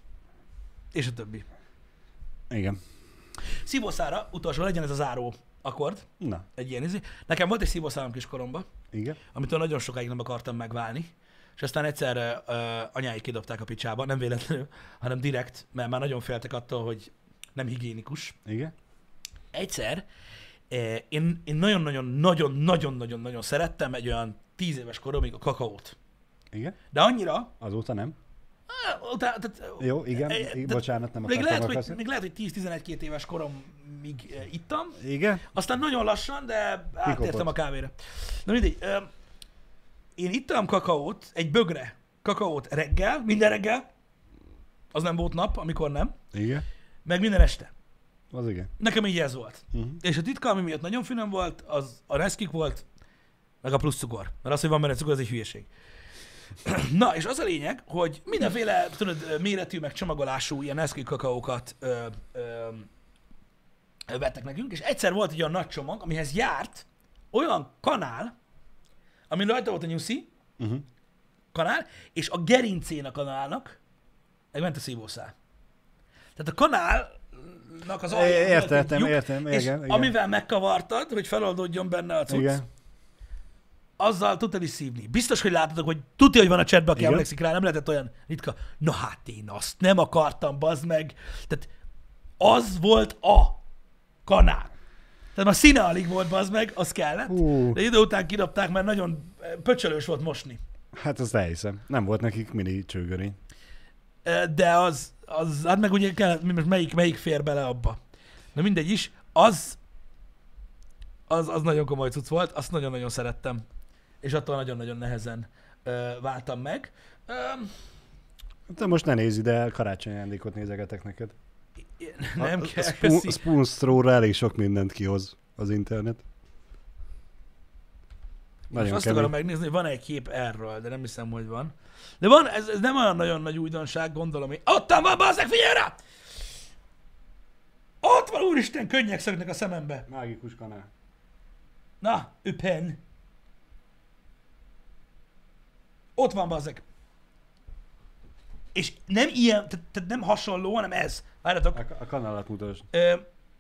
és a többi. Igen. Szívószára, utolsó legyen ez a záró akkord, Na, egy ilyen izé. Nekem volt egy szívószálam kiskoromban, igen. amitől nagyon sokáig nem akartam megválni, és aztán egyszer uh, anyáik kidobták a picsába, nem véletlenül, hanem direkt, mert már nagyon féltek attól, hogy nem higiénikus. Igen. Egyszer eh, én, én nagyon-nagyon-nagyon-nagyon-nagyon-nagyon szerettem egy olyan tíz éves koromig a kakaót. Igen. De annyira, Azóta nem. ah, utána, tehát, Jó, igen. eh, igen. tehát Bocsánat, nem még akartam lehet, hogy, akaszni. még lehet, hogy tíz-tizenegy-két éves koromig eh, ittam, Igen. aztán nagyon lassan, de átértem Kikopott. a kávéra. Na mindegy, ö, én ittam kakaót, egy bögre kakaót reggel, minden reggel, az nem volt nap, amikor nem, Igen. meg minden este. Az igen. Nekem így ez volt. Uh-huh. És a titka, ami miatt nagyon finom volt, az a Nesquik volt, meg a plusz cukor. Mert az, hogy van benne cukor, az egy hülyeség. Na, és az a lényeg, hogy mindenféle, tudod, méretű, meg csomagolású ilyen Nesquik kakaókat ö, ö, ö, vettek nekünk, és egyszer volt egy olyan nagy csomag, amihez járt olyan kanál, ami rajta volt a nyuszi, Uh-huh. kanál, és a gerincén a kanálnak megment a szívószál. Tehát a kanálnak az alján volt egy Értettem, lyuk, értem, és igen, igen. amivel megkavartad, hogy feloldódjon benne a cucc, Igen. azzal tudtad is szívni. Biztos, hogy láttatok, hogy tudja, hogy van a chatben, aki Igen. emlékszik rá, nem lehetett olyan ritka. Na hát én azt nem akartam, bazd meg. Tehát az volt a kanál. Tehát már színe alig volt, bazd meg, az kellett. Hú. De idő után kidobták, mert nagyon eh, pöcsölős volt mosni. Hát azt elhiszem. Nem volt nekik mini csőgörény. Eh, De az, az, hát meg ugye kell, most melyik, melyik fér bele abba. Na mindegy is, az, az, az nagyon komoly cucc volt, azt nagyon-nagyon szerettem. És attól nagyon-nagyon nehezen ö, váltam meg. Ö, De most ne nézz ide, karácsonyi ajándékot nézegetek neked. nem a, kell, a, spoon, köszi. spoon Straw-ra elég sok mindent kihoz az internet. Most Nagyon azt kemény. akarom megnézni, hogy van egy kép erről, de nem hiszem, hogy van. De van, ez, ez nem olyan nagyon nagy újdonság, gondolom én. Ott van, bazzeg, figyelj rá! Ott van, úristen, könnyek szöknek a szemembe. Mágikus kanál. Na, üpen. Ott van, bazzeg. És nem ilyen, tehát, tehát nem hasonló, hanem ez. Várjatok. A, a kanálat mutasd. Ö,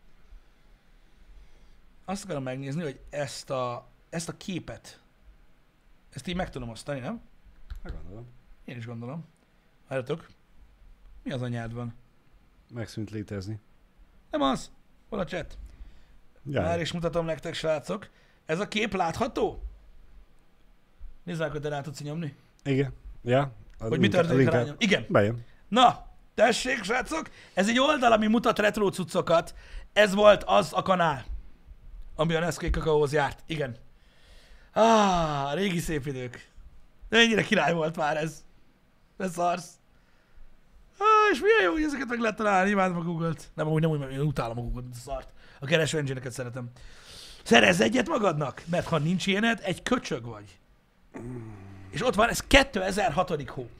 azt akarom megnézni, hogy ezt a, ezt a képet, ezt így meg tudom osztani, nem? Hát gondolom. Én is gondolom. Várjatok. Mi az anyád van? Megszűnt létezni. Nem az. Hol a chat? Jaj. Már is mutatom nektek, srácok. Ez a kép látható? Nézd meg, hogy te rá tudsz nyomni. Igen. Ja. Az Hogy mi inter- történik az rá inter- nyom. Igen. Bejön. Na, tessék, srácok. Ez egy oldal, ami mutat retro cuccokat. Ez volt az a kanál, ami a Nesquik kakaóhoz járt. Igen. Ah, régi szép idők. De mennyire király volt már ez. Ez szarsz. Ah, és milyen jó, hogy ezeket meg lehet találni, imádom a Google-t. Nem, úgy nem úgy, mert én utálom a Google-t, mint a szart. A kereső engine-eket szeretem. Szerezz egyet magadnak, mert ha nincs ilyened, egy köcsög vagy. És ott van, ez kétezer-hat. hó.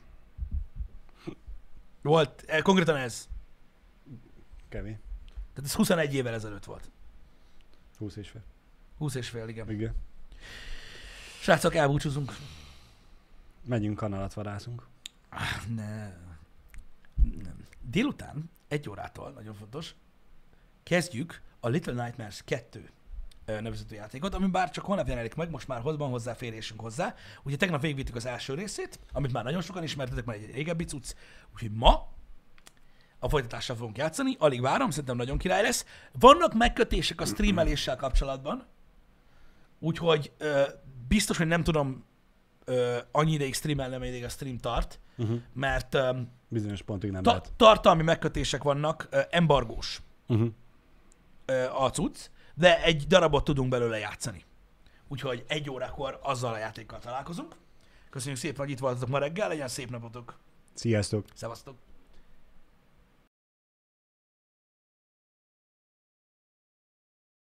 Volt, eh, konkrétan ez. Kevés. Tehát ez huszonegy évvel ezelőtt volt. húsz és fél. húsz és fél, igen. Igen. Srácok, elbúcsúzunk. Megyünk kanalat vadászunk. Ah, ne. Nem. Délután, egy órától, nagyon fontos, kezdjük a Little Nightmares kettő nevezetű játékot, ami bár csak holnap jelenik meg, most már van hozzáférésünk hozzá. Ugye tegnap végigvittük az első részét, amit már nagyon sokan ismertetek, mert egy régebbi cucc. Úgyhogy ma a folytatással fogunk játszani, alig várom, szerintem nagyon király lesz. Vannak megkötések a streameléssel kapcsolatban, úgyhogy ö, biztos, hogy nem tudom ö, annyi ideig streamelni, ameddig a stream tart, uh-huh. mert ö, bizonyos pontig nem ta- lehet. tartalmi megkötések vannak, ö, embargós Uh-huh. ö, a cucc, de egy darabot tudunk belőle játszani. Úgyhogy egy órakor azzal a játékkal találkozunk. Köszönjük szépen, hogy itt voltatok ma reggel, legyen szép napotok. Sziasztok! Szevasztok!